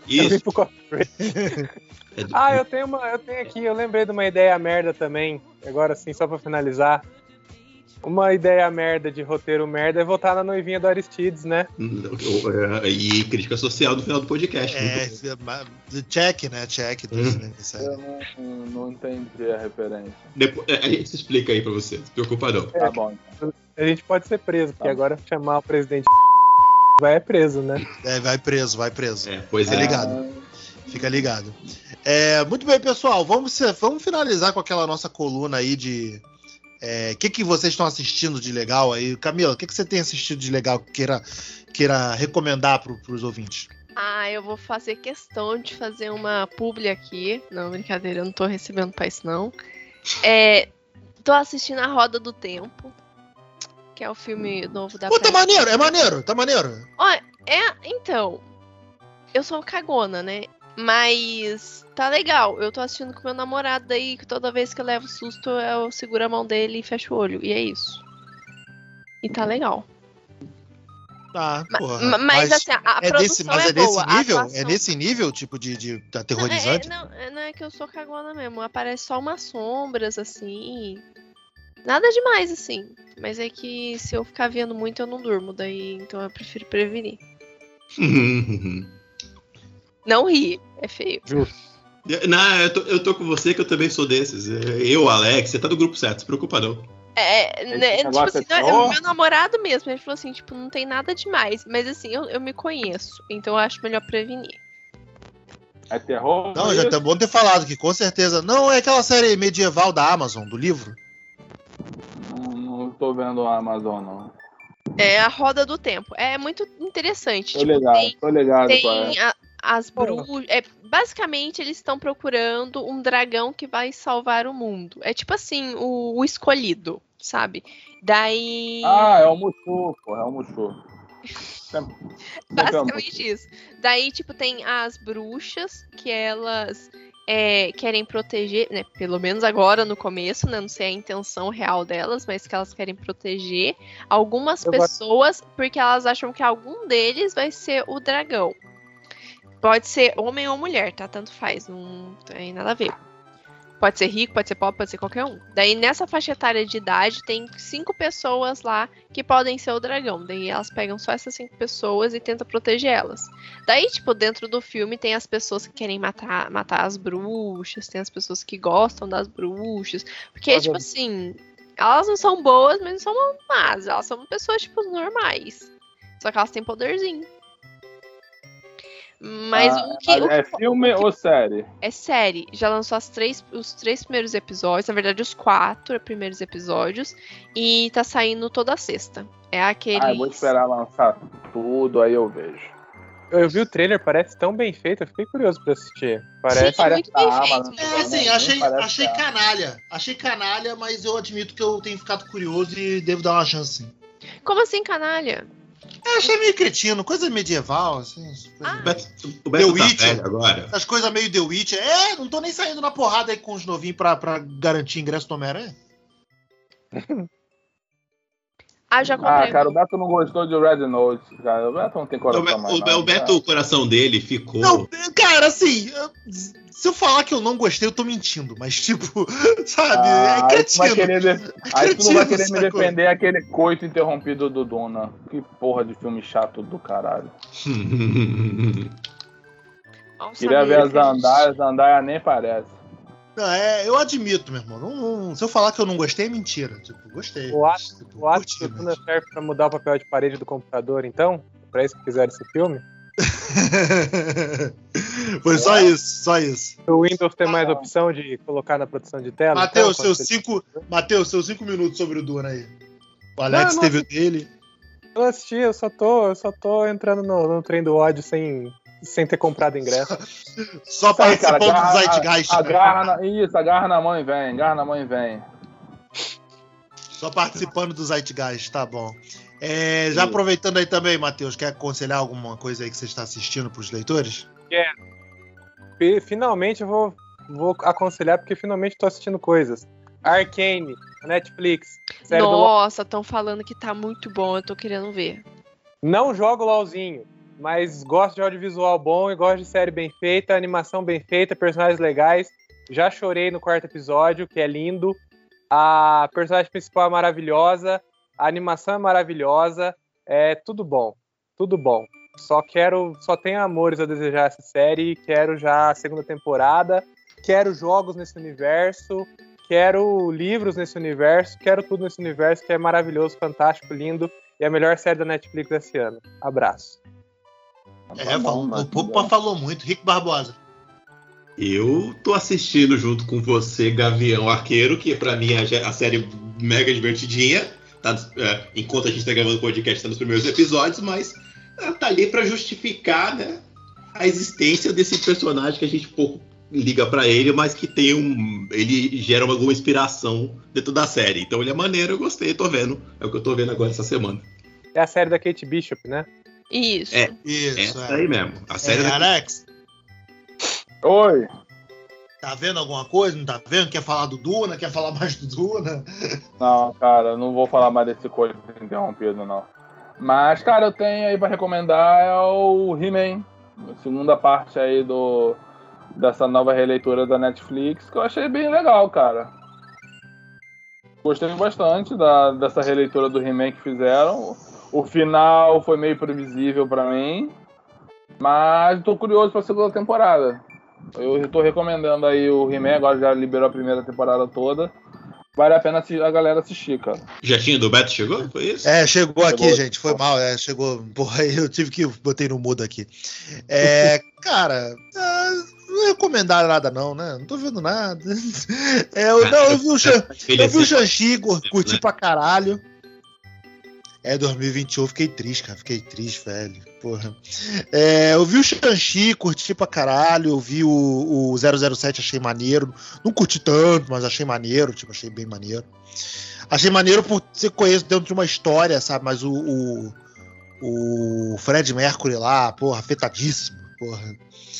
Isso. Pro cosplay. É do- Ah, eu tenho, uma, eu tenho aqui, eu lembrei de uma ideia merda também. Agora sim, só pra finalizar. Uma ideia merda de roteiro merda é votar na noivinha do Aristides, né? E crítica social no final do podcast. É, muito bom. check, né? Check. Do Hum. cinema, sério. Eu não, não entendi a referência. Depois, a gente se explica aí pra você, não se preocupa não. Tá bom. Então. A gente pode ser preso, porque Tá. agora chamar o presidente vai é preso, né? É, vai preso, vai preso. É, pois Fica é. ligado. Fica ligado. É, muito bem, pessoal. Vamos, ser- vamos finalizar com aquela nossa coluna aí de. O que, que vocês estão assistindo de legal aí? Camila, o que, que você tem assistido de legal que queira, queira recomendar para os ouvintes? Ah, eu vou fazer questão de fazer uma publi aqui. Não, brincadeira, eu não tô recebendo pra isso, não. É, tô assistindo A Roda do Tempo, que é o filme novo da Pô, tá Pré- maneiro, é maneiro, tá maneiro. Olha, é, então, eu sou cagona, né? Mas tá legal. Eu tô assistindo com meu namorado, daí que toda vez que eu levo susto, eu seguro a mão dele e fecho o olho. E é isso. E tá legal. Tá, Ma- porra. ma- mas, assim, a, a é produção desse, mas é, é desse boa. a nível? atuação- É nesse nível, tipo, de, de Não, é- aterrorizante? é- não, é- não é que eu sou cagona mesmo. Aparece só umas sombras, assim. Nada demais, assim. Mas é que se eu ficar vendo muito, eu não durmo. Daí, então eu prefiro prevenir. Não ri, é feio. Não, eu tô, eu tô com você que eu também sou desses. Eu, Alex, você tá do grupo certo, não se preocupa não. É, né, tipo negócio assim, é não, é só- o meu namorado mesmo. Ele falou assim, tipo, não tem nada demais. Mas assim, eu, eu me conheço. Então eu acho melhor prevenir. É terror? Não, já isso? é bom ter falado que com certeza. Não, é aquela série medieval da Amazon, do livro. Não, não tô vendo a Amazon, não. É a roda do tempo. É muito interessante. Tô Tipo, ligado, tem, tô ligado qual é. tem a- as bruxas. É, basicamente, eles estão procurando um dragão que vai salvar o mundo. É tipo assim, o, o escolhido, sabe? Daí. Ah, é o Mushu, pô, é o Mushu. Sempre- sempre é o Basicamente isso. Daí, tipo, tem as bruxas que elas é, querem proteger, né? Pelo menos agora no começo, né? Não sei a intenção real delas, mas que elas querem proteger algumas Eu vou- pessoas porque elas acham que algum deles vai ser o dragão. Pode ser homem ou mulher, tá? Tanto faz, não tem nada a ver. Pode ser rico, pode ser pobre, pode ser qualquer um. Daí, nessa faixa etária de idade, tem cinco pessoas lá que podem ser o dragão. Daí, elas pegam só essas cinco pessoas e tentam proteger elas. Daí, tipo, dentro do filme, tem as pessoas que querem matar, matar as bruxas, tem as pessoas que gostam das bruxas. Porque, Mas tipo eu- assim, elas não são boas, mas não são más. Elas são pessoas, tipo, normais. Só que elas têm poderzinho. Mas Ah, o que... o é que- filme o que- ou série? é série. Já lançou as três, os três primeiros episódios. Na verdade, os quatro primeiros episódios. E tá saindo toda sexta. É aquele. Ah, eu vou esperar lançar tudo, aí eu vejo. Eu, eu vi o trailer, parece tão bem feito, eu fiquei curioso pra assistir. Parece. Sim, muito Parece bem a feito. Amazon. muito É bem assim, feito. achei, parece achei que é. canalha. Achei canalha, mas eu admito que eu tenho ficado curioso e devo dar uma chance sim. Como assim, canalha? É, achei meio cretino, coisa medieval, assim. essas coisas- Ah. O Beto, o Beto The tá Witcher. velho agora. Essas coisas meio The Witcher. É, não tô nem saindo na porrada aí com os novinhos pra, pra garantir ingresso no Homem-Aranha. Ah, já comprei. Ah, cara, o Beto não gostou de Red Note, cara. O Beto não tem O, coração Be- mais. o, Be- não, o Beto, cara. o coração dele ficou. Não, cara, assim, eu- se eu falar que eu não gostei, eu tô mentindo. Mas, tipo, sabe, Ah, é aí tu vai cretino. querer def- aí tu não vai querer me sacou? defender aquele coito interrompido do Duna. Que porra de filme chato do caralho. Nossa, Queria ver amiga, as que a gente- Zandaia, Zandaia nem parece. Não, é, eu admito, meu irmão. Não- não- se eu falar que eu não gostei, é mentira. Tipo, gostei. O ato, Tipo, o ato curti, do mas- Duna serve pra mudar o papel de parede do computador, então? Pra isso que fizeram esse filme? Foi só isso, só isso. O Windows tem mais Ah. opção de colocar na produção de tela? Matheus, então, seus quando você- cinco. Mateus, seus cinco minutos sobre o Duna aí. O Não, Alex não, teve o dele. Eu não assisti, eu só tô, eu só tô entrando no, no trem do ódio sem, sem ter comprado ingresso. Só Isso aí, cara, participando do agarra- Zeitgeist. né? Agarra na, isso, agarra na mão e vem, agarra na mão e vem. Só participando do Zeitgeist, tá bom. É, já Isso. aproveitando aí também, Matheus, quer aconselhar alguma coisa aí que você está assistindo pros leitores? E, finalmente eu vou, vou aconselhar, porque finalmente tô assistindo coisas. Arcane, Netflix. Série do LOL. Nossa, estão falando que tá muito bom. Eu tô querendo ver. Não jogo LOLzinho. mas gosto de audiovisual bom e gosto de série bem feita, animação bem feita, personagens legais. Já chorei no quarto episódio, que é lindo. A personagem principal é maravilhosa, a animação é maravilhosa, é tudo bom, tudo bom. Só quero, só tenho amores a desejar essa série, quero já a segunda temporada, quero jogos nesse universo, quero livros nesse universo, quero tudo nesse universo que é maravilhoso, fantástico, lindo e a melhor série da Netflix esse ano. Abraço. É, falou, o Pupa falou muito. Rick Barbosa. Eu tô assistindo junto com você Gavião Arqueiro, que pra mim é a série mega divertidinha. Tá, é, enquanto a gente tá gravando o podcast, tá nos primeiros episódios, mas é, tá ali pra justificar, né, a existência desse personagem que a gente pouco liga pra ele, mas que tem um. Ele gera alguma inspiração dentro da série. Então ele é maneiro, eu gostei, tô vendo. É o que eu tô vendo agora essa semana. É a série da Kate Bishop, né? Isso. É, Isso, essa é. aí mesmo. A série É, da... Alex, Oi. tá vendo alguma coisa? Não tá vendo? Quer falar do Duna? Quer falar mais do Duna? Não, cara, não vou falar mais desse coisa interrompido, não. Mas, cara, eu tenho aí pra recomendar é o He-Man, a segunda parte aí do, dessa nova releitura da Netflix, que eu achei bem legal, cara. Gostei bastante da, dessa releitura do He-Man que fizeram. O final foi meio previsível pra mim, mas tô curioso pra segunda temporada. Eu tô recomendando aí o He-Man, agora já liberou a primeira temporada toda. Vale a pena a galera assistir, cara. Jetinho do Beto chegou? Foi isso? É, chegou aqui, Chegou. gente. Foi mal, é, chegou. Porra, eu tive que. Botei no mudo aqui. É, cara, é, não recomendar nada, não, né? Não tô vendo nada. É, eu, não, eu vi o, Shan, eu vi o Shang-Chi, curti pra caralho. É, dois mil e vinte e um, fiquei triste, cara. Fiquei triste, velho. Porra. É, eu vi o Shang-Chi, curti pra caralho. Eu vi o, o zero zero sete, achei maneiro. Não curti tanto, mas achei maneiro. Tipo, achei bem maneiro. Achei maneiro por ser conheço dentro de uma história, sabe? Mas o, o, o Fred Mercury lá, porra, afetadíssimo. Porra.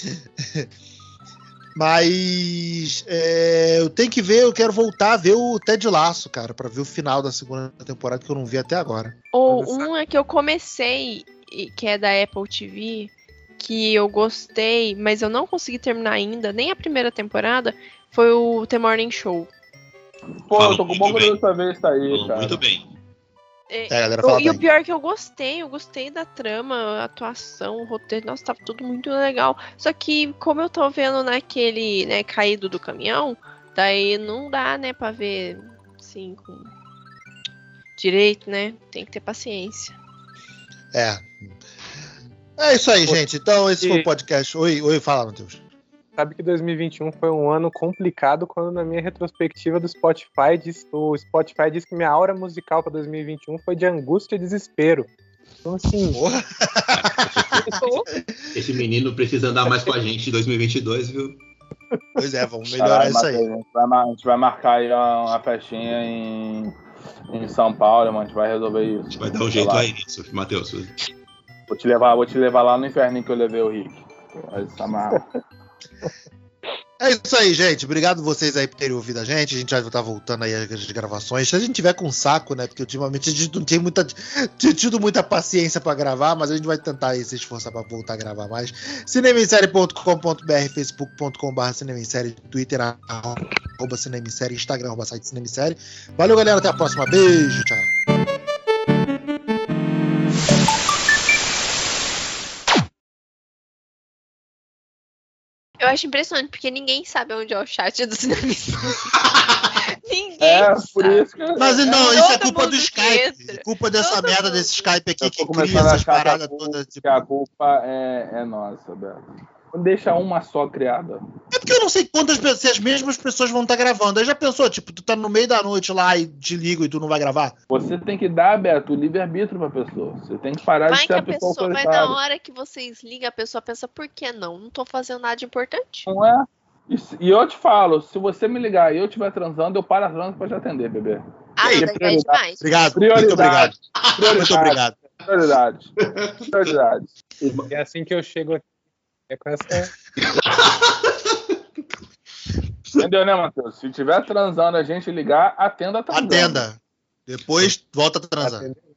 Mas é, eu tenho que ver, eu quero voltar a ver o Ted Lasso, cara, pra ver o final da segunda temporada que eu não vi até agora. Ou um é que eu comecei, e- que é da Apple T V, que eu gostei, mas eu não consegui terminar ainda, nem a primeira temporada, foi o The Morning Show. Pô, Falou eu tô com muito bom bem. curioso pra ver isso aí, Falou cara. muito bem. É, É, a galera eu- fala e o bem. pior é que eu gostei, eu gostei da trama, a atuação, o roteiro, nossa, tava tudo muito legal. Só que, como eu tô vendo naquele, né, caído do caminhão, daí não dá, né, pra ver, assim, com direito, né? Tem que ter paciência. É. É isso aí, gente. Então, esse E- foi o podcast. Oi, oi, fala, Matheus. Sabe que dois mil e vinte e um foi um ano complicado quando na minha retrospectiva do Spotify diz, o Spotify diz que minha aura musical para dois mil e vinte e um foi de angústia e desespero. Então assim, Porra. Esse menino precisa andar mais com a gente em dois mil e vinte e dois, viu? Pois é, vamos melhorar Caralho, isso aí. Matheus, A gente, vai, mar- a gente vai marcar aí uma, uma festinha em, em São Paulo, mano. A gente vai resolver isso. A gente vai dar um jeito Sei lá. aí nisso, Matheus. Vou te levar, vou te levar lá no inferninho que eu levei o Rick. Vai se amarrar. É isso aí, gente. Obrigado vocês aí por terem ouvido a gente. A gente já tá voltando aí às gravações. Se a gente tiver com saco, né? Porque ultimamente a gente não tem muita, tinha tido muita paciência pra gravar, mas a gente vai tentar aí se esforçar pra voltar a gravar mais. cinema em série ponto com ponto b r, facebook ponto com barra cinema em série, Twitter arroba cinema em série, Instagram arroba site cinema em série. Valeu, galera. Até a próxima. Beijo, tchau. Eu acho impressionante, porque ninguém sabe onde é o chat do cinema. Ninguém É, sabe. por isso que. Mas é, não, isso é Todo culpa do mundo Skype. entra. Culpa dessa Todo merda mundo. desse Skype aqui Eu que tô cria começando a essas achar que a paradas culpa- todas. que Tipo... a culpa é, é nossa, Beto. Deixa uma só criada. É porque eu não sei quantas pessoas, se as mesmas pessoas vão estar gravando. Aí já pensou, tipo, tu tá no meio da noite lá e te ligo e tu não vai gravar? Você tem que dar, Beto, o livre-arbítrio pra pessoa. Você tem que parar Vai de que ser a a pessoa pessoa, vai autoritária. na hora que vocês ligam, a pessoa pensa, por que não? Não tô fazendo nada de importante. Não é? E, se- e eu te falo, se você me ligar e eu estiver transando, eu paro a transa pra te atender, bebê. Ah, Aí, não, daí é prioridade. demais. Obrigado, Prioridade. muito obrigado. Prioridade. Muito obrigado. Prioridade. Prioridade. é assim que eu chego aqui. É com essa. Entendeu, né, Matheus? Se estiver transando, a gente ligar, atenda a transando. Atenda. Depois volta a transar.